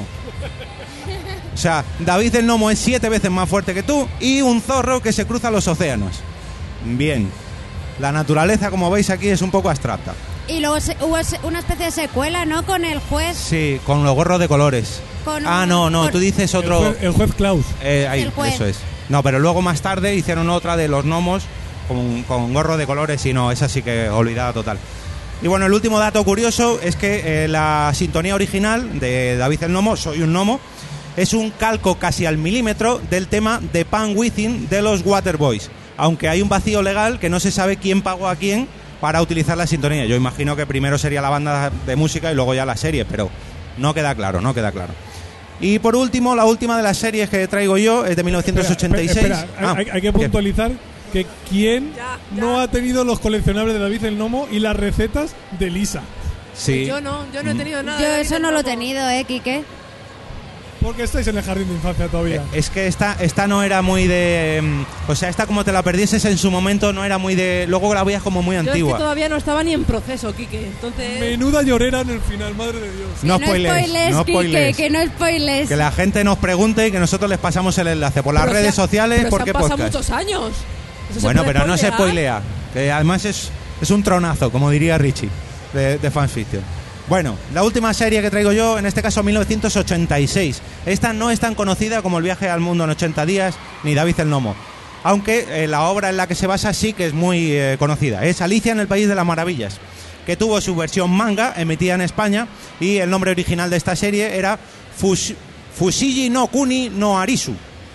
O sea, David el Gnomo es siete veces más fuerte que tú y un zorro que se cruza los océanos. Bien. La naturaleza, como veis aquí, es un poco abstracta. Y luego se- hubo se- una especie de secuela, ¿no? Con el juez. Sí, con los gorros de colores. Con Ah, un- no, no, con- tú dices El otro... juez, el juez Klaus. Eh, ahí, El juez. eso es. No, pero luego más tarde hicieron otra de los gnomos con, con gorro de colores y no, esa sí que olvidada total. Y bueno, el último dato curioso es que eh, la sintonía original de David el Gnomo, Soy un Gnomo, es un calco casi al milímetro del tema de Pan Within de los Waterboys, aunque hay un vacío legal que no se sabe quién pagó a quién para utilizar la sintonía. Yo imagino que primero sería la banda de música y luego ya la serie, pero no queda claro, no queda claro. Y por último, la última de las series que traigo yo es de mil novecientos ochenta y seis. Espera, espera, Ah, hay, hay que ¿qué? puntualizar que quién Ya, ya. no ha tenido los coleccionables de David el Gnomo y las recetas de Lisa. Sí. Yo no, yo no he tenido nada. Yo de eso David no el lo he Gnomo. tenido, ¿eh, Quique? Porque estáis en el jardín de infancia todavía. Eh, Es que esta, esta no era muy de... mm, O sea, esta como te la perdieses en su momento no era muy de... Luego la veías como muy Yo es que antigua. todavía no estaba ni en proceso, Quique. Entonces. Menuda llorera en el final, madre de Dios. No no spoilers, spoilers, no Quique, spoilers. que no spoilers. Que la gente nos pregunte y que nosotros les pasamos el enlace por las Pero redes se ha- sociales, pero se porque han pasado podcast. muchos años. Eso se Bueno, puede pero no se spoilear. spoilea. Que además es, es un tronazo, como diría Richie, de, de Fan Fiction. Bueno, la última serie que traigo yo, en este caso mil novecientos ochenta y seis. Esta no es tan conocida como El viaje al mundo en ochenta días, ni David el Gnomo. Aunque eh, la obra en la que se basa sí que es muy eh, conocida. Es Alicia en el País de las Maravillas, que tuvo su versión manga emitida en España, y el nombre original de esta serie era Fus- Fushigi no Kuni no Arisu.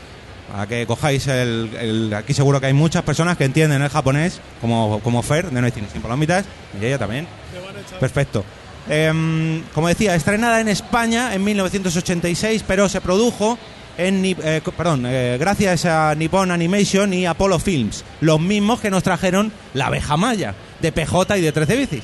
A que cojáis el, el- Aquí seguro que hay muchas personas que entienden el japonés, como, como Fer, de No hay cine sin palomitas, y ella también. Perfecto. Em, como decía, estrenada en España en mil novecientos ochenta y seis, pero se produjo en, Ni- eh, co- perdón, eh, gracias a Nippon Animation y Apollo Films, los mismos que nos trajeron La abeja maya, de P J y de trece bicis.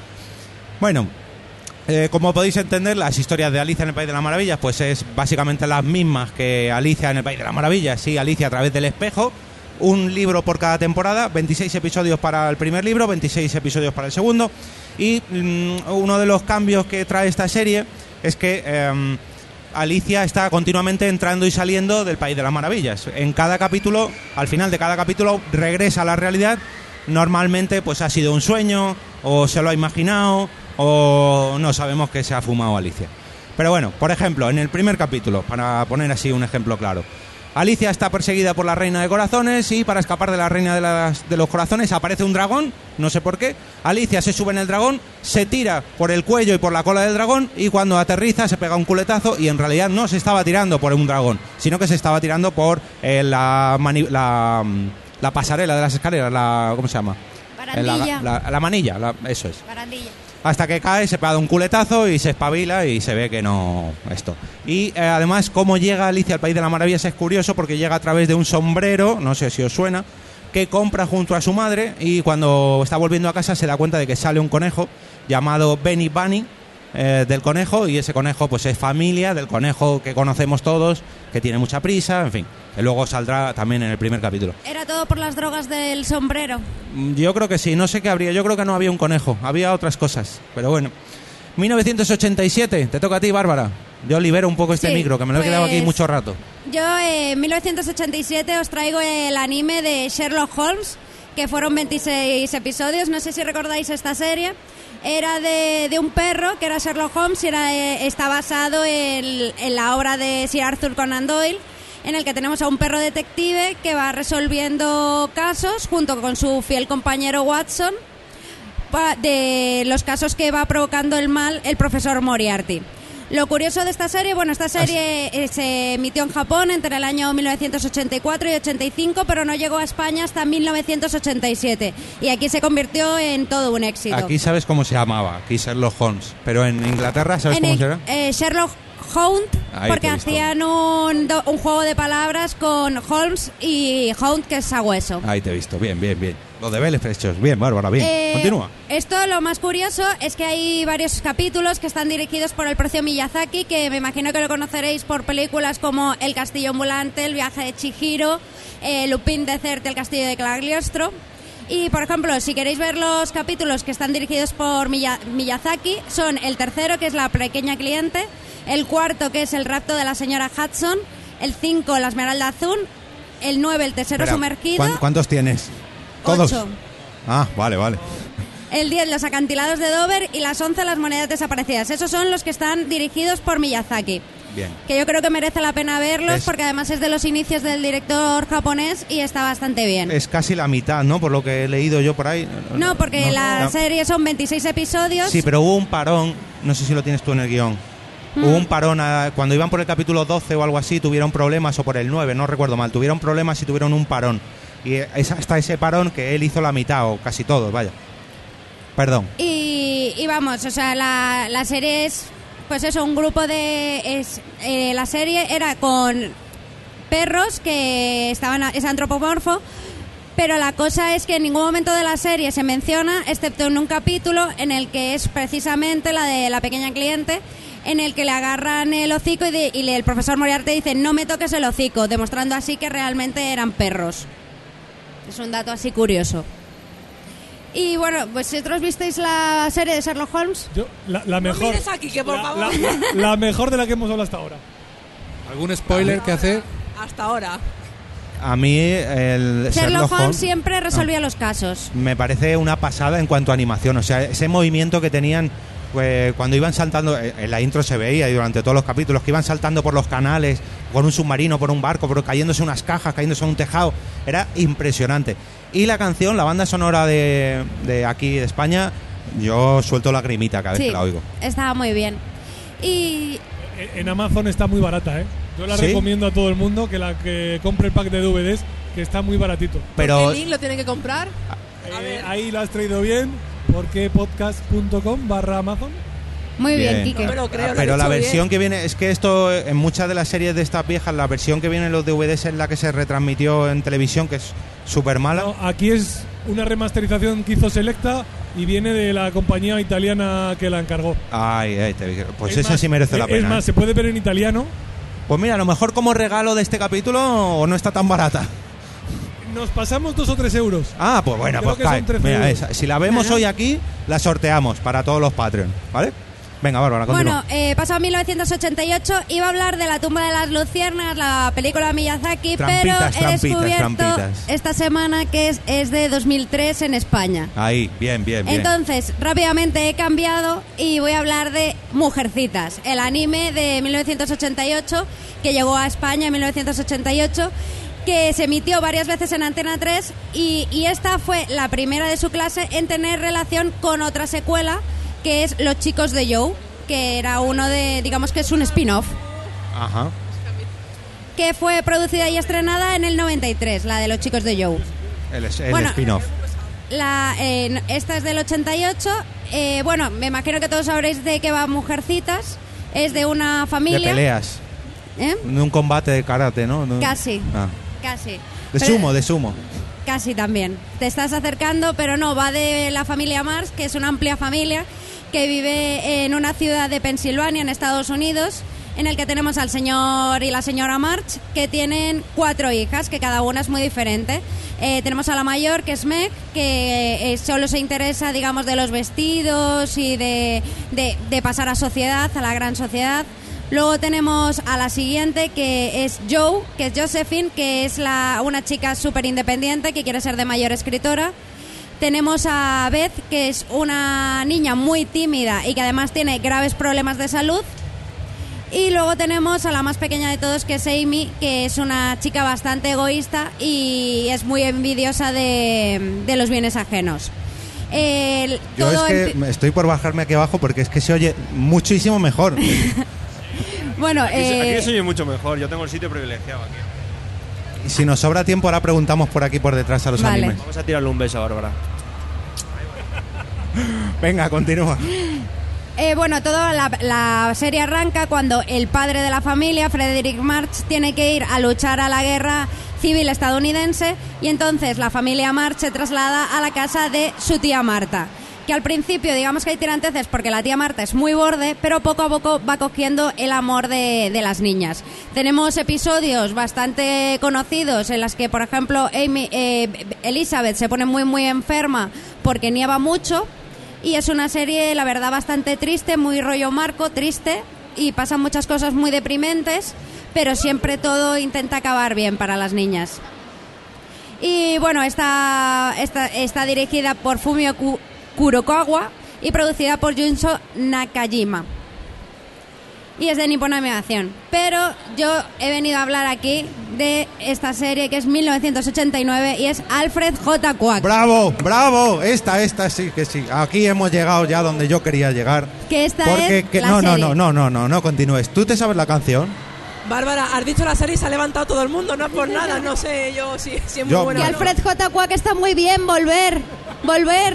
Bueno, eh, como podéis entender, las historias de Alicia en el País de las Maravillas pues es básicamente las mismas que Alicia en el País de las Maravillas, sí, Alicia a través del espejo. Un libro por cada temporada, veintiséis episodios para el primer libro, veintiséis episodios para el segundo. Y mm, uno de los cambios que trae esta serie es que eh, Alicia está continuamente entrando y saliendo del País de las Maravillas. En cada capítulo, al final de cada capítulo, regresa a la realidad. Normalmente pues ha sido un sueño, o se lo ha imaginado, o no sabemos qué se ha fumado Alicia. Pero bueno, por ejemplo, en el primer capítulo, para poner así un ejemplo claro, Alicia está perseguida por la Reina de Corazones y para escapar de la Reina de, las, de los Corazones aparece un dragón, no sé por qué. Alicia se sube en el dragón, se tira por el cuello y por la cola del dragón y cuando aterriza se pega un culetazo y en realidad no se estaba tirando por un dragón, sino que se estaba tirando por eh, la, mani- la, la pasarela de las escaleras, la ¿cómo se llama? Barandilla. La, la, la manilla, la, eso es. Barandilla. Hasta que cae, se pega un culetazo y se espabila y se ve que no esto. Y eh, además, cómo llega Alicia al País de las Maravillas es curioso porque llega a través de un sombrero, no sé si os suena, que compra junto a su madre y cuando está volviendo a casa se da cuenta de que sale un conejo llamado Benny Bunny eh, del conejo y ese conejo pues es familia del conejo que conocemos todos, que tiene mucha prisa, en fin, que luego saldrá también en el primer capítulo. ¿Era todo por las drogas del sombrero? Yo creo que sí, no sé qué habría, yo creo que no había un conejo, había otras cosas, pero bueno. mil novecientos ochenta y siete, te toca a ti, Bárbara. Yo libero un poco este Sí, micro, que me lo he pues, quedado aquí mucho rato. Yo eh, en mil novecientos ochenta y siete os traigo el anime de Sherlock Holmes, que fueron veintiséis episodios, no sé si recordáis esta serie. Era de, de un perro que era Sherlock Holmes y era, eh, está basado en, en la obra de Sir Arthur Conan Doyle, en el que tenemos a un perro detective que va resolviendo casos junto con su fiel compañero Watson pa- de los casos que va provocando el mal el profesor Moriarty. Lo curioso de esta serie, bueno, esta serie eh, se emitió en Japón entre el año mil novecientos ochenta y cuatro y ochenta y cinco, pero no llegó a España hasta mil novecientos ochenta y siete. Y aquí se convirtió en todo un éxito. Aquí sabes cómo se llamaba, aquí Sherlock Holmes, pero en Inglaterra, ¿sabes En cómo el- se llama? eh, Sherlock Hound, Ahí porque te he visto. hacían un, do- un juego de palabras con Holmes y Hound, que es sabueso. Ahí te he visto, bien, bien, bien. Lo de Vélez Frechos, bien, Bárbara, bien. Eh, Continúa. Esto lo más curioso es que hay varios capítulos que están dirigidos por el propio Miyazaki, que me imagino que lo conoceréis por películas como El castillo ambulante, El viaje de Chihiro, eh, Lupin de Certe, El castillo de Cagliostro. Y, por ejemplo, si queréis ver los capítulos que están dirigidos por Miya- Miyazaki, son el tercero, que es La pequeña cliente, el cuarto, que es El rapto de la señora Hudson, el cinco, La esmeralda azul, el nueve, El tesoro Espera, sumergido, ¿cuán- ¿Cuántos tienes? ¿Todos? ocho. Ah, vale, vale. El diez, Los acantilados de Dover, y las once, Las monedas desaparecidas. Esos son los que están dirigidos por Miyazaki, Bien. que yo creo que merece la pena verlos Es- porque además es de los inicios del director japonés y está bastante bien. Es casi la mitad, ¿no? Por lo que he leído yo por ahí. No, porque No, la no. serie son veintiséis episodios. Sí, pero hubo un parón, no sé si lo tienes tú en el guión. Mm. Hubo un parón, a- cuando iban por el capítulo doce o algo así, tuvieron problemas, o por el nueve, no recuerdo mal, tuvieron problemas y tuvieron un parón. Y es hasta ese parón que él hizo la mitad, o casi todo, vaya. Perdón. Y, y vamos, o sea, la, la serie es, pues eso, un grupo de... Es, eh, la serie era con perros que estaban, es antropomorfo, pero la cosa es que en ningún momento de la serie se menciona, excepto en un capítulo en el que es precisamente la de la pequeña cliente, en el que le agarran el hocico y, de- y le- el profesor Moriarty dice no me toques el hocico, demostrando así que realmente eran perros. Es un dato así curioso. Y bueno, pues ¿vosotros visteis la serie de Sherlock Holmes? Yo, la, la No mejor. mires aquí, que por la, favor. la- la mejor de la que hemos hablado hasta ahora. ¿Algún spoiler que hacer? Hasta ahora. A mí el Sherlock, Holmes siempre resolvía los casos. me parece una pasada en cuanto a animación. O sea, ese movimiento que tenían pues, cuando iban saltando, eh, en la intro se veía y durante todos los capítulos, que iban saltando por los canales, por un submarino, por un barco, por cayéndose unas cajas, cayéndose en un tejado. Era impresionante. Y la canción, la banda sonora de, de aquí de España, yo suelto lagrimita cada vez Sí, que la oigo. estaba muy bien. Y En en Amazon está muy barata, ¿eh? Yo la ¿Sí? recomiendo a todo el mundo que la que compre el pack de D V Ds, que está muy baratito. Pero ¿El link lo tiene que comprar? A Eh, ver. ahí lo has traído bien, porque podcast punto com barra Amazon. muy bien, Bien. Quique. No me lo creo, lo Pero has la dicho versión bien. que viene, es que esto en muchas de las series de estas viejas, la versión que viene en los D V Ds es la que se retransmitió en televisión, que es súper mala. No, aquí es una remasterización que hizo Selecta y viene de la compañía italiana que la encargó. Ay, ay, te- pues Es esa más, sí merece la es- pena. Es más, ¿eh? se puede ver en italiano. Pues mira, a lo mejor como regalo de este capítulo o no está tan barata. Nos pasamos dos o tres euros. Ah, pues bueno, Creo pues que son cae. trece Mira, euros. esa- si la vemos Claro. hoy aquí, la sorteamos para todos los Patreon, ¿vale? Venga, Bárbara, continúa. Bueno, eh, pasado mil novecientos ochenta y ocho, iba a hablar de La tumba de las luciérnagas, la película de Miyazaki, Trampitas, pero he trampitas, descubierto trampitas. esta semana que es, es de dos mil tres en España. Ahí, bien, bien, bien. Entonces, rápidamente he cambiado y voy a hablar de Mujercitas, el anime de mil novecientos ochenta y ocho que llegó a España en mil novecientos ochenta y ocho, que se emitió varias veces en Antena tres y, y esta fue la primera de su clase en tener relación con otra secuela que es Los chicos de Joe, que era uno de, digamos que es un spin-off. Ajá. Que fue producida y estrenada en el noventa y tres, la de Los chicos de Joe. El, el Bueno, spin-off. La, eh, esta es del ochenta y ocho. Eh, bueno, me imagino que todos sabréis de qué va Mujercitas. Es de una De familia. peleas. ¿Eh? De un combate de karate, ¿no? No- Casi. Ah. Casi. De Pero- sumo, de sumo. Casi también. Te estás acercando, pero no, va de la familia Mars, que es una amplia familia que vive en una ciudad de Pensilvania, en Estados Unidos, en el que tenemos al señor y la señora March, que tienen cuatro hijas, que cada una es muy diferente. Eh, tenemos a la mayor, que es Meg, que eh, solo se interesa, digamos, de los vestidos y de, de, de pasar a sociedad, a la gran sociedad. Luego tenemos a la siguiente, que es Joe, que es Josephine, que es la, una chica súper independiente que quiere ser de mayor escritora. Tenemos a Beth, que es una niña muy tímida y que además tiene graves problemas de salud. Y luego tenemos a la más pequeña de todos, que es Amy, que es una chica bastante egoísta y es muy envidiosa de, de los bienes ajenos. El- Yo es todo que empi- estoy por bajarme aquí abajo porque es que se oye muchísimo mejor. Bueno, Aquí, se- eh, aquí se oye mucho mejor. Yo tengo el sitio privilegiado aquí. Y si nos sobra tiempo, ahora preguntamos por aquí por detrás a los Vale. animes. Vamos a tirarle un beso a Bárbara. Venga, continúa. Eh, bueno, toda la, la serie arranca cuando el padre de la familia, Frederick March, tiene que ir a luchar a la guerra civil estadounidense y entonces la familia March se traslada a la casa de su tía Marta, que al principio digamos que hay tiranteces porque la tía Marta es muy borde, pero poco a poco va cogiendo el amor de, de las niñas. Tenemos episodios bastante conocidos en las que, por ejemplo, Amy, eh, Elizabeth se pone muy muy enferma porque nieva mucho. Y es una serie, la verdad, bastante triste, muy rollo Marco, triste, y pasan muchas cosas muy deprimentes, pero siempre todo intenta acabar bien para las niñas. Y bueno, está, está, está dirigida por Fumio Ku- Kurokawa y producida por Junso Nakajima. Y es de Nippon Animación. Pero yo he venido a hablar aquí de esta serie que es mil novecientos ochenta y nueve y es Alfred J. Quack. ¡Bravo! ¡Bravo! Esta, esta sí que sí. Aquí hemos llegado ya donde yo quería llegar. Que esta Porque es que, la no, no, serie. no, no, no, no, no continúes. ¿Tú te sabes la canción? Bárbara, has dicho la serie y se ha levantado todo el mundo, no es por nada, no sé yo si, si es muy Yo- buena. Y o no. Alfred J. Quack está muy bien, volver, volver.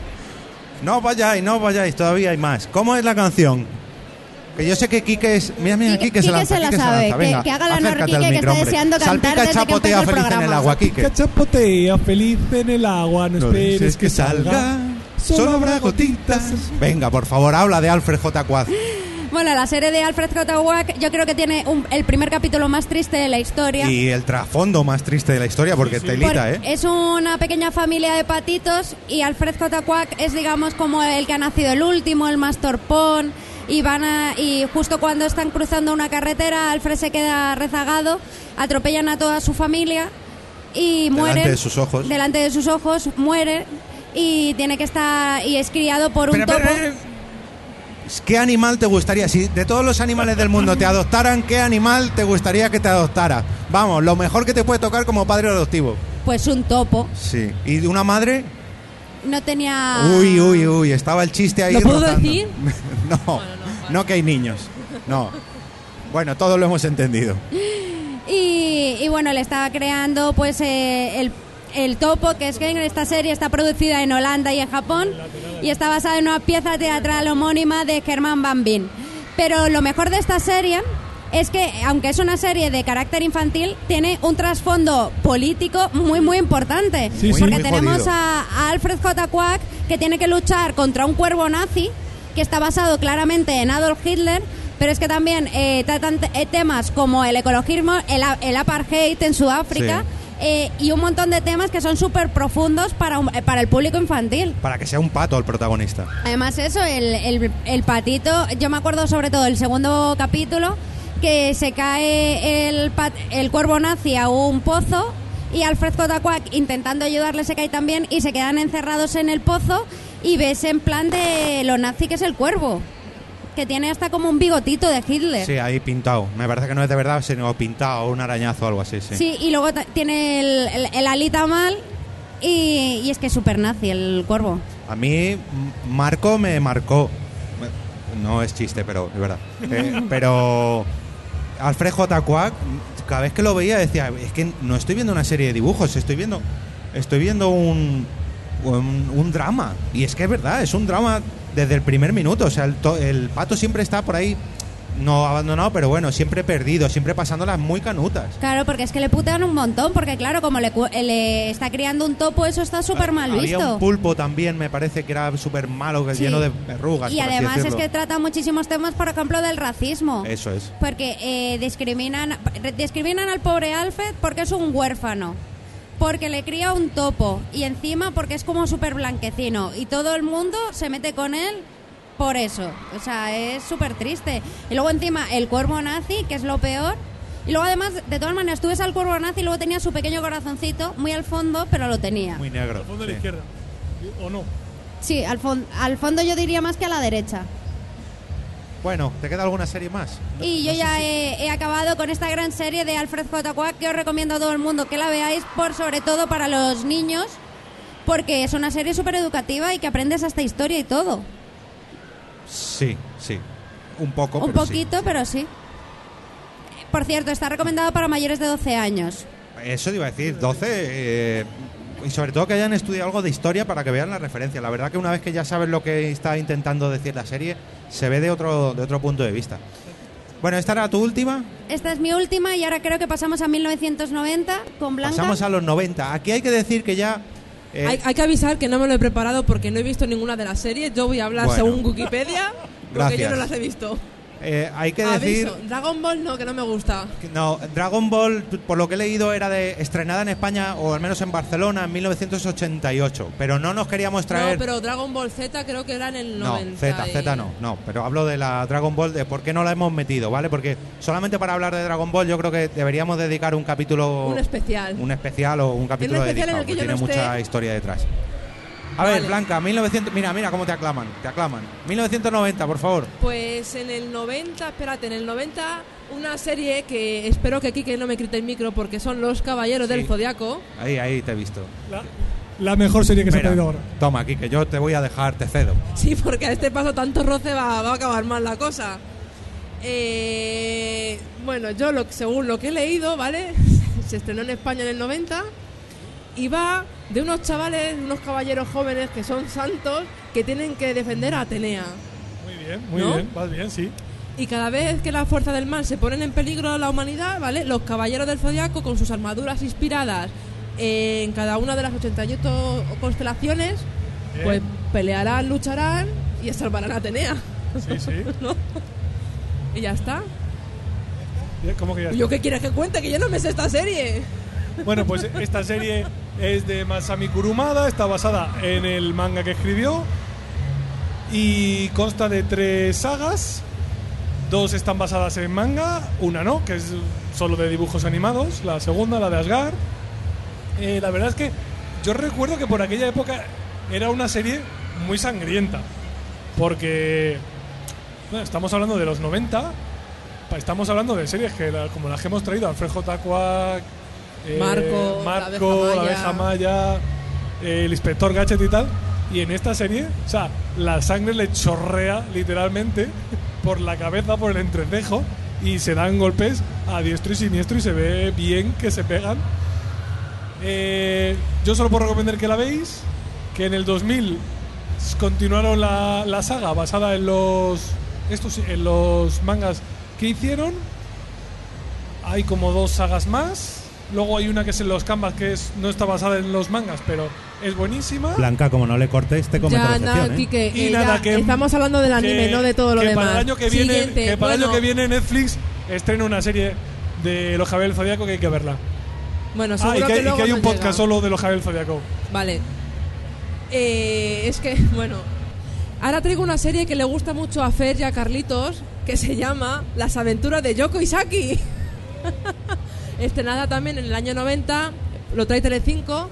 No vayáis, no vayáis, todavía hay más. ¿Cómo es la canción? Que yo sé que Quique es... Mira, mira, Quique- Quique se Quique lanza, se la Quique sabe, lanza. que- Venga, que haga la honor, acércate Quique, al que está micro, hombre. deseando cantar Salpica, desde que chapotea empezó el feliz en el programa. agua, Quique. Cachapotea feliz en el agua, no, No esperes dejes que salga, solo habrá gotitas. Venga, por favor, habla de Alfred J. Quack. Bueno, la serie de Alfred J. Quack yo creo que tiene un- el primer capítulo más triste de la historia. Y el trasfondo más triste de la historia, porque telita, Por- ¿eh? Es una pequeña familia de patitos y Alfred J. Quack es, digamos, como el que ha nacido el último, el más torpón. Y van a, y justo cuando están cruzando una carretera, Alfred se queda rezagado, atropellan a toda su familia y muere. Delante de sus ojos. Delante de sus ojos, muere y tiene que estar y es criado por un Espera, topo. espera, espera. ¿Qué animal te gustaría? Si de todos los animales del mundo te adoptaran, ¿qué animal te gustaría que te adoptara? Vamos, lo mejor que te puede tocar como padre adoptivo. Pues un topo. Sí. ¿Y de una madre? No tenía. Uy, uy, uy, estaba el chiste ahí. ¿Lo puedo rozando. decir? no, no que hay niños. No. Bueno, todos lo hemos entendido. Y, y bueno, le estaba creando pues eh, el, el topo, que es que en esta serie está producida en Holanda y en Japón y está basada en una pieza teatral homónima de Herman Van Veen. Pero lo mejor de esta serie es que, aunque es una serie de carácter infantil, tiene un trasfondo político muy, muy importante. Sí, sí. Porque Muy tenemos jodido. a, a Alfred J. Quack, que tiene que luchar contra un cuervo nazi, que está basado claramente en Adolf Hitler, pero es que también eh, tratan te- eh, temas como el ecologismo, el, a- el apartheid en Sudáfrica eh, y un montón de temas que son súper profundos para, un- eh, para el público infantil. Para que sea un pato el protagonista. Además eso, el, el, el patito, yo me acuerdo sobre todo del segundo capítulo, que se cae el, pat- el cuervo nazi a un pozo y Alfred Kotakuak intentando ayudarle se cae también y se quedan encerrados en el pozo y ves en plan de lo nazi que es el cuervo, que tiene hasta como un bigotito de Hitler. Sí, ahí pintado. Me parece que no es de verdad, sino pintado, un arañazo o algo así, sí. Sí, y luego ta- tiene el, el, el alita mal y, y es que es súper nazi el cuervo. A mí, M- Marco me marcó. No es chiste, pero es verdad. Eh, pero Alfred Kotakuak, cada vez que lo veía decía, es que no estoy viendo una serie de dibujos, estoy viendo estoy viendo un, un, un drama. Y es que es verdad, es un drama desde el primer minuto. O sea, el, to- el pato siempre está por ahí, no abandonado, pero bueno, siempre perdido, siempre pasándolas muy canutas. Claro, porque es que le putean un montón, porque claro, como le, cu- le está criando un topo, eso está súper mal Había visto. un pulpo también, me parece que era súper malo, que Sí. lleno de verrugas. Y por así además es decirlo. que trata muchísimos temas, por ejemplo, del racismo. Eso es. Porque eh, discriminan, discriminan al pobre Alfred porque es un huérfano, porque le cría un topo y encima porque es como súper blanquecino y todo el mundo se mete con él por eso. O sea, es súper triste. Y luego encima el cuervo nazi, que es lo peor. Y luego además, de todas maneras, tú ves al cuervo nazi y luego tenía su pequeño corazoncito muy al fondo, pero lo tenía. Muy negro. Al fondo de sí. la izquierda. ¿O no? Sí, al, fon- al fondo yo diría más que a la derecha. Bueno, ¿te queda alguna serie más? Y yo ya he, he acabado con esta gran serie de Alfred Kotakuak que os recomiendo a todo el mundo que la veáis, por sobre todo para los niños, porque es una serie súper educativa y que aprendes hasta historia y todo. Sí, sí. Un poco, Un pero sí. poquito, pero sí. Por cierto, está recomendado para mayores de doce años. Eso te iba a decir, doce. eh, y sobre todo que hayan estudiado algo de historia para que vean la referencia. La verdad que una vez que ya sabes lo que está intentando decir la serie, se ve de otro, de otro punto de vista. Bueno, ¿esta era tu última? Esta es mi última y ahora creo que pasamos a mil novecientos noventa con Blanca. Pasamos a los noventa. Aquí hay que decir que ya... eh, Hay, hay que avisar que no me lo he preparado porque no he visto ninguna de las series. Yo voy a hablar Bueno. según Wikipedia porque Gracias. yo no las he visto. eh, hay que Aviso, decir... Dragon Ball no, que no me gusta. que No, Dragon Ball, por lo que he leído, era de estrenada en España, o al menos en Barcelona, en mil novecientos ochenta y ocho. Pero no nos queríamos traer... No, pero Dragon Ball Z creo que era en el No, noventa. Z, y- Z no, no, pero hablo de la Dragon Ball, de por qué no la hemos metido, ¿vale? Porque solamente para hablar de Dragon Ball yo creo que deberíamos dedicar un capítulo... Un especial. Un especial o un capítulo especial en dedicado, el que porque yo tiene no esté. mucha historia detrás. A Vale. ver, Blanca, mil novecientos... Mira, mira cómo te aclaman, te aclaman. mil novecientos noventa, por favor. Pues en el noventa, espérate, en el noventa una serie que espero que Kike no me quite el micro porque son Los Caballeros Sí. del Zodiaco. Ahí, ahí te he visto. La, la mejor serie que se ha Mira, traído ahora. toma, aquí, que yo te voy a dejar, te cedo. Sí, porque a este paso tanto roce va, va a acabar mal la cosa. Eh, bueno, yo lo, según lo que he leído, ¿vale? Se estrenó en España en el noventa y va de unos chavales, unos caballeros jóvenes que son santos que tienen que defender a Atenea. Muy bien, muy ¿No? bien, vas bien, sí. Y cada vez que las fuerzas del mal se ponen en peligro la humanidad, ¿vale? Los caballeros del Zodiaco, con sus armaduras inspiradas en cada una de las ochenta y ocho constelaciones, Bien. pues pelearán, lucharán y salvarán a Atenea. Sí, sí. ¿No? Y ya está. Bien, ¿cómo que ya ¿Yo está? qué quieres que cuente? Que yo no me sé esta serie. Bueno, pues esta serie es de Masami Kurumada, está basada en el manga que escribió y consta de tres sagas. Dos están basadas en manga, una no, que es solo de dibujos animados, la segunda, la de Asgard. Eh, la verdad es que yo recuerdo que por aquella época era una serie muy sangrienta, porque bueno, estamos hablando de los noventa, pa- estamos hablando de series que la- como las que hemos traído, Alfred Kotakuak, eh, Marco, la Marco, abeja la maya. abeja maya, eh, el inspector Gadget y tal. Y en esta serie, o sea, la sangre le chorrea literalmente por la cabeza, por el entrecejo, y se dan golpes a diestro y siniestro y se ve bien que se pegan. Eh, yo solo puedo recomendar que la veáis, que en el dos mil continuaron la, la saga basada en los, estos, en los mangas que hicieron. Hay como dos sagas más. Luego hay una que es en los canvas, que es, no está basada en los mangas, pero es buenísima. Blanca, como no le cortes, te come Ya, toda la nada, sección, ¿eh? Kike, Y eh, nada, ya que- estamos hablando del anime, que- no de todo lo que demás. Para el año que viene, Siguiente, que para el año bueno, que viene Netflix estrena una serie de Los Caballeros del Zodiaco que hay que verla. Bueno, Ah, seguro y que, hay- y luego que hay un nos podcast llega. solo de los Javier Zodiaco. Vale. Eh, es que, bueno, ahora traigo una serie que le gusta mucho a Fer y a Carlitos, que se llama Las aventuras de Yoko y Saki. Estrenada también en el año noventa, lo trae Telecinco.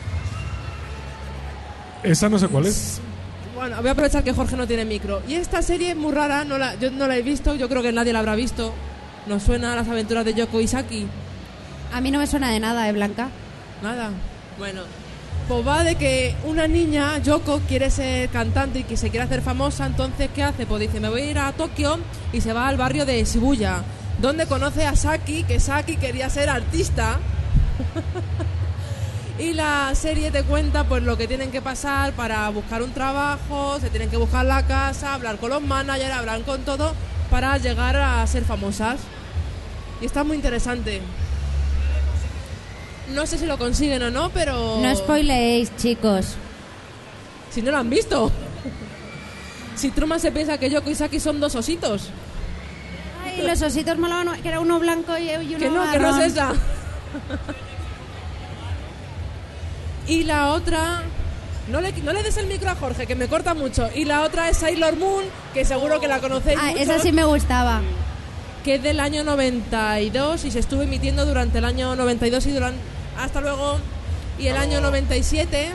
Esa no sé cuál es. Bueno, voy a aprovechar que Jorge no tiene micro. Y esta serie es muy rara, no la, yo no la he visto, yo creo que nadie la habrá visto. ¿Nos suena Las aventuras de Yoko y Saki? A mí no me suena de nada, ¿eh, Blanca? Nada. Bueno, pues va de que una niña, Yoko, quiere ser cantante y que se quiere hacer famosa. Entonces, ¿qué hace? Pues dice, me voy a ir a Tokio, y se va al barrio de Shibuya, donde conoce a Saki, que Saki quería ser artista. Y la serie te cuenta pues lo que tienen que pasar para buscar un trabajo, se tienen que buscar la casa, hablar con los managers, hablar con todo para llegar a ser famosas. Y está muy interesante. No sé si lo consiguen o no, pero... No spoileéis, chicos. Si no lo han visto. Si Truman se piensa que Yoko y Saki son dos ositos. Ay, los ositos molaban, que era uno blanco y y uno Que no, que no marrón. es esa. Y la otra... No le, no le des el micro a Jorge, que me corta mucho. Y la otra es Sailor Moon, que seguro que la conocéis Ah, muchos, esa sí me gustaba. que es del año noventa y dos y se estuvo emitiendo durante el año noventa y dos y durante... Hasta luego. Y el año noventa y siete...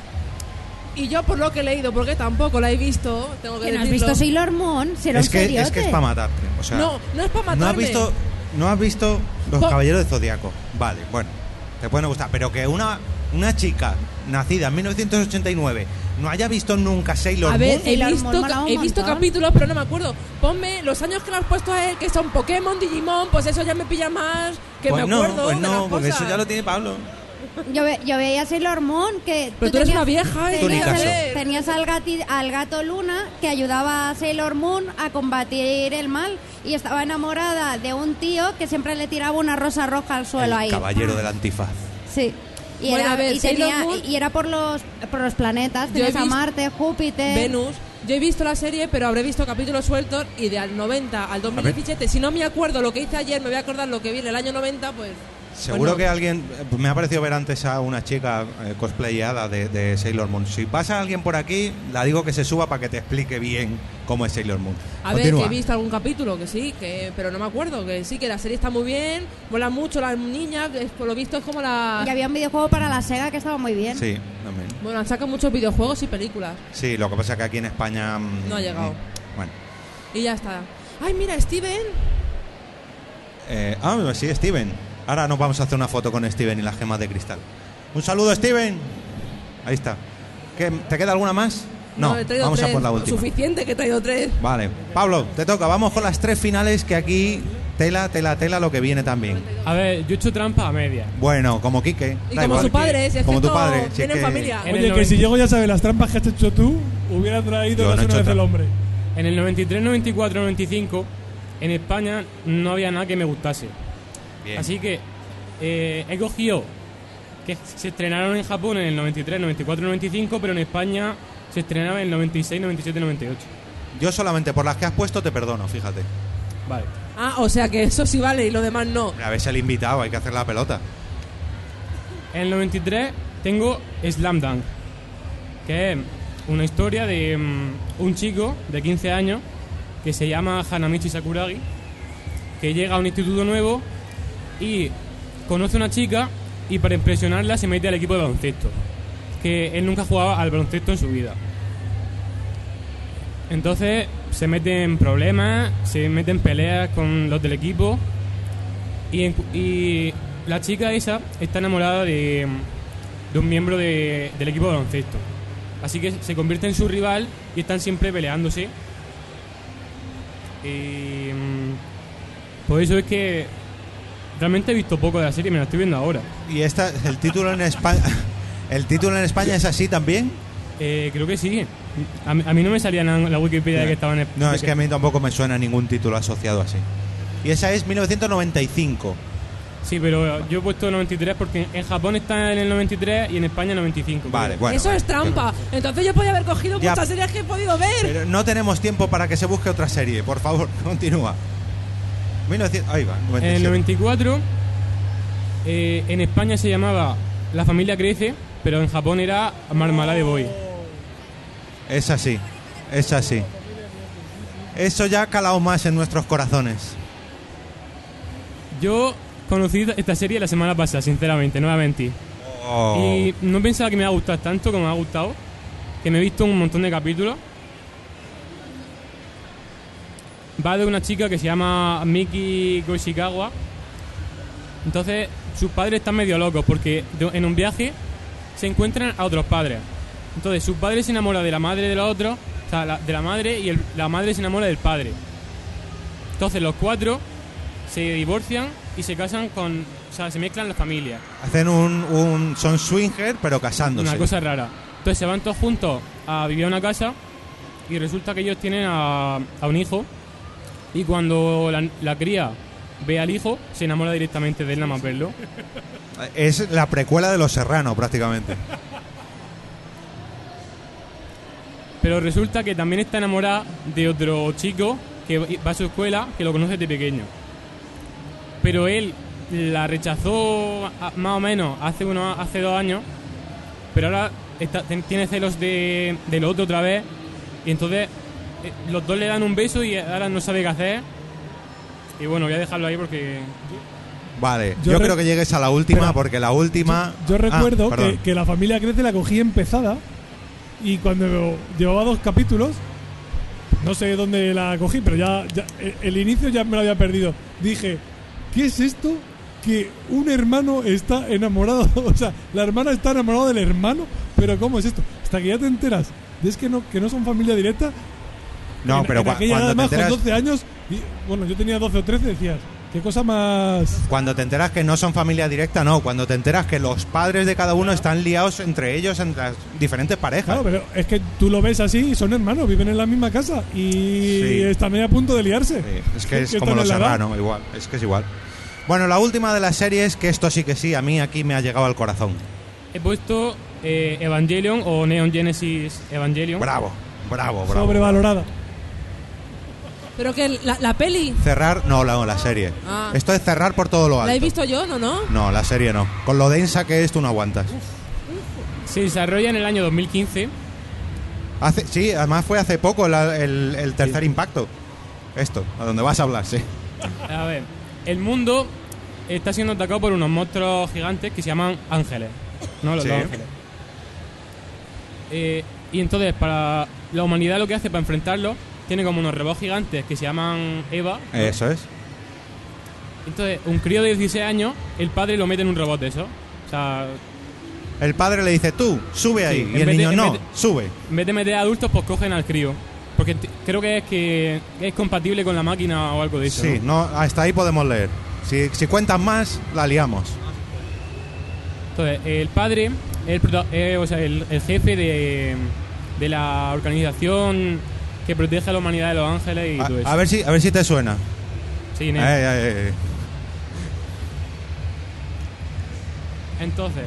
Y yo por lo que he leído, porque tampoco la he visto, tengo que ¿Que no has decirlo. visto Sailor Moon? Si era Es un que, seriote. es que es para matarte. O sea, No, no es para matarme. no has visto, no has visto Los Po- Caballeros de Zodíaco. Vale, bueno, te pueden gustar. Pero que una, una chica nacida en mil novecientos ochenta y nueve no haya visto nunca Sailor A ver, Moon. he Sailor visto, Moon molaba un he visto montón. capítulos, pero no me acuerdo. Ponme los años que le has puesto a él, que son Pokémon, Digimon, pues eso ya me pilla más que pues me no, acuerdo pues de no, las porque cosas. eso ya lo tiene Pablo. Yo, ve- yo veía Sailor Moon que... Pero tú eres una vieja, ¿eh? Tú ni tenías, caso. el- tenías al, gati- al gato Luna que ayudaba a Sailor Moon a combatir el mal y estaba enamorada de un tío que siempre le tiraba una rosa roja al suelo El ahí. caballero del antifaz. Sí. Y, Bueno, era, a ver, y, Sailor tenía- Moon- y era por los, por los planetas. Yo he Tenías a visto- Marte, Júpiter... Venus. Yo he visto la serie, pero habré visto capítulos sueltos y de al noventa al dos mil diecisiete, si no me acuerdo lo que hice ayer, me voy a acordar lo que vi en el año noventa, pues... Seguro pues no. que alguien... eh, Me ha parecido ver antes a una chica eh, cosplayada de, de Sailor Moon. Si pasa alguien por aquí, la digo que se suba para que te explique bien cómo es Sailor Moon. A ver, Continúa. que he visto algún capítulo, que sí, que pero no me acuerdo, que sí, que la serie está muy bien, molan mucho las niñas, es- por lo visto es como la... Y había un videojuego para la Sega que estaba muy bien. Sí, también. Bueno, han sacado muchos videojuegos y películas. Sí, lo que pasa es que aquí en España... mm, No ha llegado. mm, Bueno. Y ya está. Ay, mira, Steven. Eh, ah, sí, Steven. Ahora nos vamos a hacer una foto con Steven y las gemas de cristal. Un saludo, Steven. Ahí está. ¿Qué, ¿Te queda alguna más? No, he traído vamos tres. a por la última. Suficiente que he traído tres. Vale. Pablo, te toca. Vamos con las tres finales que aquí... Tela, tela, tela lo que viene también. A ver, yo he hecho trampa a media. Bueno, como Quique. Y da como igual. su padre, si es Como que tu esto padre, si es tienen que- familia. En Oye, el que si noventa llego ya sabes las trampas que has hecho tú, hubiera traído Yo las no he hecho una vez el trampa. hombre. En el noventa y tres, noventa y cuatro, noventa y cinco, en España no había nada que me gustase. Bien. Así que eh, he cogido que se estrenaron en Japón en el noventa y tres, noventa y cuatro, noventa y cinco, pero en España se estrenaba en el noventa y seis, noventa y siete, noventa y ocho. Yo solamente por las que has puesto te perdono, fíjate. Vale. Ah, o sea que eso sí vale y lo demás no. A ver si el invitado, hay que hacer la pelota. En el noventa y tres tengo Slam Dunk, que es una historia de mm, un chico de quince años que se llama Hanamichi Sakuragi, que llega a un instituto nuevo y conoce a una chica y para impresionarla se mete al equipo de baloncesto, que él nunca jugaba al baloncesto en su vida. Entonces se mete en problemas, se mete en peleas con los del equipo y, en- y la chica esa está enamorada de, de un miembro de- del equipo de baloncesto. Así que se convierte en su rival y están siempre peleándose. Y mm, por eso es que realmente he visto poco de la serie, me la estoy viendo ahora. Y esta, el título en España, el título en España es así también. Eh, creo que sí. A mí, a mí no me salía nada en la Wikipedia de que estaba en No, es que a mí tampoco me suena ningún título asociado así. Y esa es mil novecientos noventa y cinco. Sí, pero yo he puesto noventa y tres porque en Japón está en el noventa y tres y en España noventa y cinco. Vale, bueno. eso es trampa. Entonces yo podía haber cogido Ya. muchas series que he podido ver. Pero no tenemos tiempo para que se busque otra serie. Por favor, continúa. mil novecientos, ahí va, En noventa y el siete. noventa y cuatro Eh, en España se llamaba La familia crece, pero en Japón era Marmalade Boy. Es así, es así. Eso ya ha calado más en nuestros corazones. Yo conocí esta serie la semana pasada, sinceramente, no voy a mentir. Oh. Y no pensaba que me iba a gustar tanto como me ha gustado, que me he visto un montón de capítulos. Va de una chica que se llama Miki Goshikawa. Entonces sus padres están medio locos porque de- en un viaje se encuentran a otros padres. Entonces su padre se enamora de la madre de los otros, o sea, la- de la madre, y el- la madre se enamora del padre. Entonces los cuatro se divorcian y se casan con... O sea, se mezclan las familias. Hacen un, un... Son swinger, pero casándose. Una cosa rara. Entonces se van todos juntos a vivir a una casa y resulta que ellos tienen a, a un hijo, y cuando la, la cría ve al hijo, se enamora directamente de él nada más verlo. Es la precuela de Los Serrano, prácticamente. Pero resulta que también está enamorada de otro chico que va a su escuela, que lo conoce de pequeño. Pero él la rechazó a- más o menos hace unos, hace dos años, pero ahora está- ten- tiene celos de, del otro otra vez, y entonces eh, los dos le dan un beso y ahora no sabe qué hacer. Y bueno, voy a dejarlo ahí porque... Vale, yo, Yo re- creo que llegues a la última, Espera. porque la última... Yo recuerdo Ah, que, perdón. que La familia crece la cogí empezada y cuando llevaba dos capítulos, no sé dónde la cogí, pero ya, ya el, el inicio ya me lo había perdido. Dije, ¿qué es esto? Que un hermano está enamorado, o sea, la hermana está enamorada del hermano, pero ¿cómo es esto? Hasta que ya te enteras, es que no, que no son familia directa. No, en, pero en cua- aquella cuando, te además enteras, con doce años, y, bueno, yo tenía doce o trece, decías, qué cosa más... cuando te enteras que no son familia directa, no. Cuando te enteras que los padres de cada uno están liados entre ellos, en las diferentes parejas. Claro, pero es que tú lo ves así y son hermanos, viven en la misma casa y Sí. están ahí a punto de liarse. Sí, es que es Que como están Los en la edad. Serrano, igual. Es que es igual. Bueno, la última de las series, que esto sí que sí, a mí aquí me ha llegado al corazón. He puesto eh, Evangelion o Neon Genesis Evangelion. Bravo, bravo, bravo. Sobrevalorada. Pero que la, la peli, Cerrar, no, la, no, la serie. Ah. Esto es cerrar por todo lo alto. la he visto yo, ¿no? ¿No? No, la serie no. Con lo densa que es, tú no aguantas. Se desarrolla en el año dos mil quince. Hace, sí, además fue hace poco la- el, el tercer impacto. Esto, a donde vas a hablar, sí. A ver, el mundo está siendo atacado por unos monstruos gigantes que se llaman ángeles. ¿No? Los, Sí. los ángeles. Eh, y entonces, para la humanidad lo que hace para enfrentarlos, tiene como unos robots gigantes que se llaman Eva. Eso es. Entonces, un crío de dieciséis años, el padre lo mete en un robot de eso. O sea, El padre le dice, tú, sube ahí. Sí, y en el vez de- niño, en no, vez de- sube. en vez de meter a adultos, pues cogen al crío. Porque t- creo que es que es compatible con la máquina o algo de eso. Sí, ¿no? no, hasta ahí podemos leer. Si, si cuentas más, la liamos. Entonces, el padre es el, prota- eh, o sea, el, el jefe de, de la organización que protege a la humanidad de los ángeles y A, todo eso. a ver si, a ver si te suena. Sí, Eh, Ned. eh, eh. Entonces,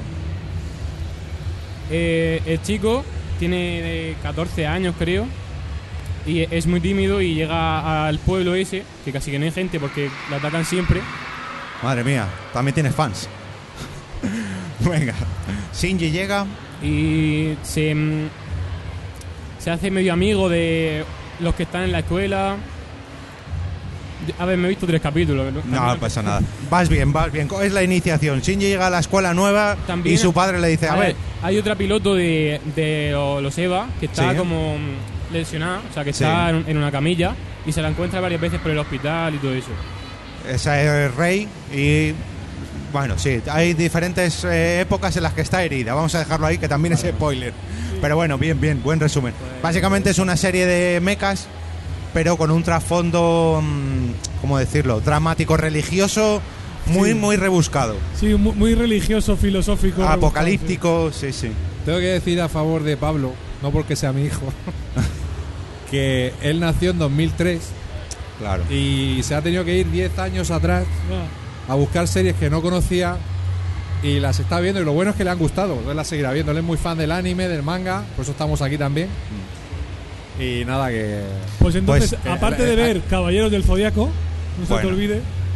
eh, el chico tiene eh, catorce años, creo, y es muy tímido y llega al pueblo ese, que casi que no hay gente porque lo atacan siempre. Madre mía, también tienes fans. Venga. Shinji llega. Y se, mm, se hace medio amigo de los que están en la escuela. A ver, me he visto tres capítulos. No pasa nada. Vas bien, vas bien. Es la iniciación. Shinji llega a la escuela nueva También- y su padre le dice, a, ver, hay otra piloto de, de o- los Eva que está Sí. como mm, lesionada, o sea, que Sí. está en, en una camilla y se la encuentra varias veces por el hospital y todo eso. esa es Rey y... Bueno, sí, hay diferentes eh, épocas en las que está herida. Vamos a dejarlo ahí, que también es spoiler. Pero bueno, bien, bien, buen resumen. Básicamente es una serie de mechas, pero con un trasfondo, mm, ¿cómo decirlo? Dramático, religioso, muy, Sí. muy rebuscado. Sí, muy, muy religioso, filosófico. Apocalíptico, sí, sí. Tengo que decir a favor de Pablo, no porque sea mi hijo, que él nació en dos mil tres Claro. y se ha tenido que ir diez años atrás Ah, a buscar series que no conocía y las está viendo, y lo bueno es que le han gustado, entonces las seguirá viendo. Él es muy fan del anime, del manga, por eso estamos aquí también. Y nada, que Pues entonces, Pues, eh, aparte eh, de ver eh, Caballeros del Zodiaco, no se Bueno. te olvide.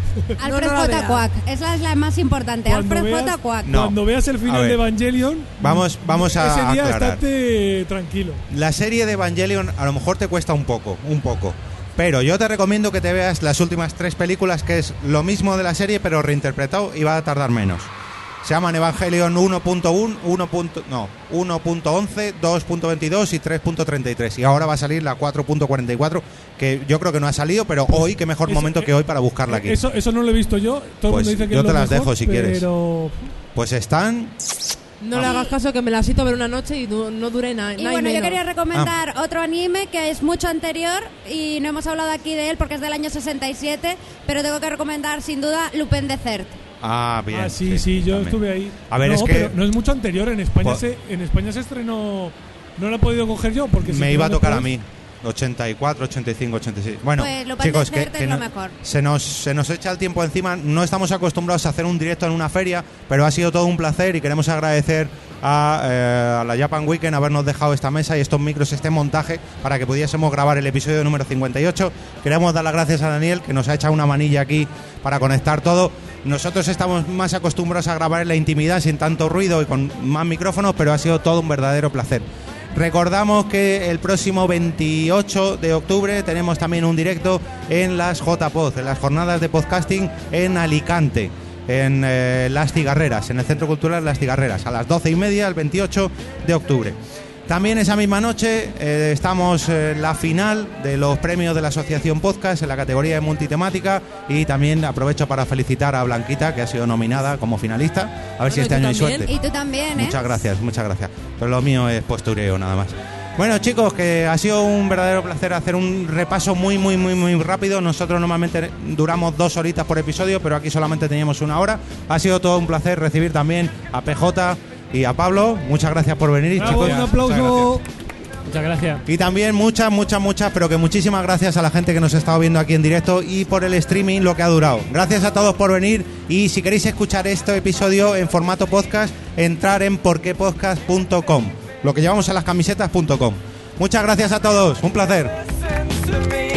Alfred No, no la J. veas. Quack. Esa es la más importante. Cuando Alfred veas- J. Quack. No. Cuando veas el A final ver. de Evangelion, Vamos, vamos a ese día aclarar. estate tranquilo. La serie de Evangelion a lo mejor te cuesta un poco, un poco. Pero yo te recomiendo que te veas las últimas tres películas, que es lo mismo de la serie, pero reinterpretado y va a tardar menos. Se llaman Evangelion uno punto uno, uno. No, uno punto once, dos punto veintidós y tres punto treinta y tres. Y ahora va a salir la cuatro punto cuarenta y cuatro, que yo creo que no ha salido, pero hoy, qué mejor Eso- momento que hoy para buscarla aquí. Eso, eso no lo he visto yo. Todo Pues el mundo dice que yo es te lo las mejor, dejo si quieres. pero Pues están... No le hagas caso que me la cito ver una noche y no, no dure nada. Y bueno, yo quería recomendar otro anime que es mucho anterior y no hemos hablado aquí de él porque es del año sesenta y siete, pero tengo que recomendar sin duda Lupin the Third. Ah, bien. Ah, sí, sí, yo también. estuve ahí. A ver, no, es que- pero no es mucho anterior. En España, Po- se, en España se estrenó. No lo he podido coger yo porque se Me iba a estrenó tocar a después. mí. ochenta y cuatro, ochenta y cinco, ochenta y seis. Bueno, Pues Lupin chicos, the que, Third que es no- lo mejor. se, nos, se nos echa el tiempo encima. No estamos acostumbrados a hacer un directo en una feria, pero ha sido todo un placer y queremos agradecer a, eh, a la Japan Weekend habernos dejado esta mesa y estos micros, este montaje, para que pudiésemos grabar el episodio número cincuenta y ocho. Queremos dar las gracias a Daniel, que nos ha echado una manilla aquí para conectar todo. Nosotros estamos más acostumbrados a grabar en la intimidad sin tanto ruido y con más micrófonos, pero ha sido todo un verdadero placer. Recordamos que el próximo veintiocho de octubre tenemos también un directo en las J-Pod, en las jornadas de podcasting en Alicante, en eh, Las Cigarreras, en el Centro Cultural Las Cigarreras, a las doce y media, el veintiocho de octubre. También esa misma noche eh, estamos en la final de los premios de la Asociación Podcast en la categoría de multitemática, y también aprovecho para felicitar a Blanquita, que ha sido nominada como finalista. A ver si Bueno, este y tú año hay también. suerte. Y tú también, ¿eh? Muchas gracias, muchas gracias. Pero lo mío es postureo nada más. Bueno, chicos, que ha sido un verdadero placer hacer un repaso muy, muy, muy, muy rápido. Nosotros normalmente duramos dos horitas por episodio, pero aquí solamente teníamos una hora. Ha sido todo un placer recibir también a P J y a Pablo. Muchas gracias por venir, Bravo, chicos. un aplauso. Muchas gracias. Y también muchas, muchas, muchas, pero que muchísimas gracias a la gente que nos ha estado viendo aquí en directo y por el streaming lo que ha durado. Gracias a todos por venir, y si queréis escuchar este episodio en formato podcast, entrar en porquepodcast punto com, lo que llevamos a las camisetas punto com. Muchas gracias a todos, un placer. Listen to me.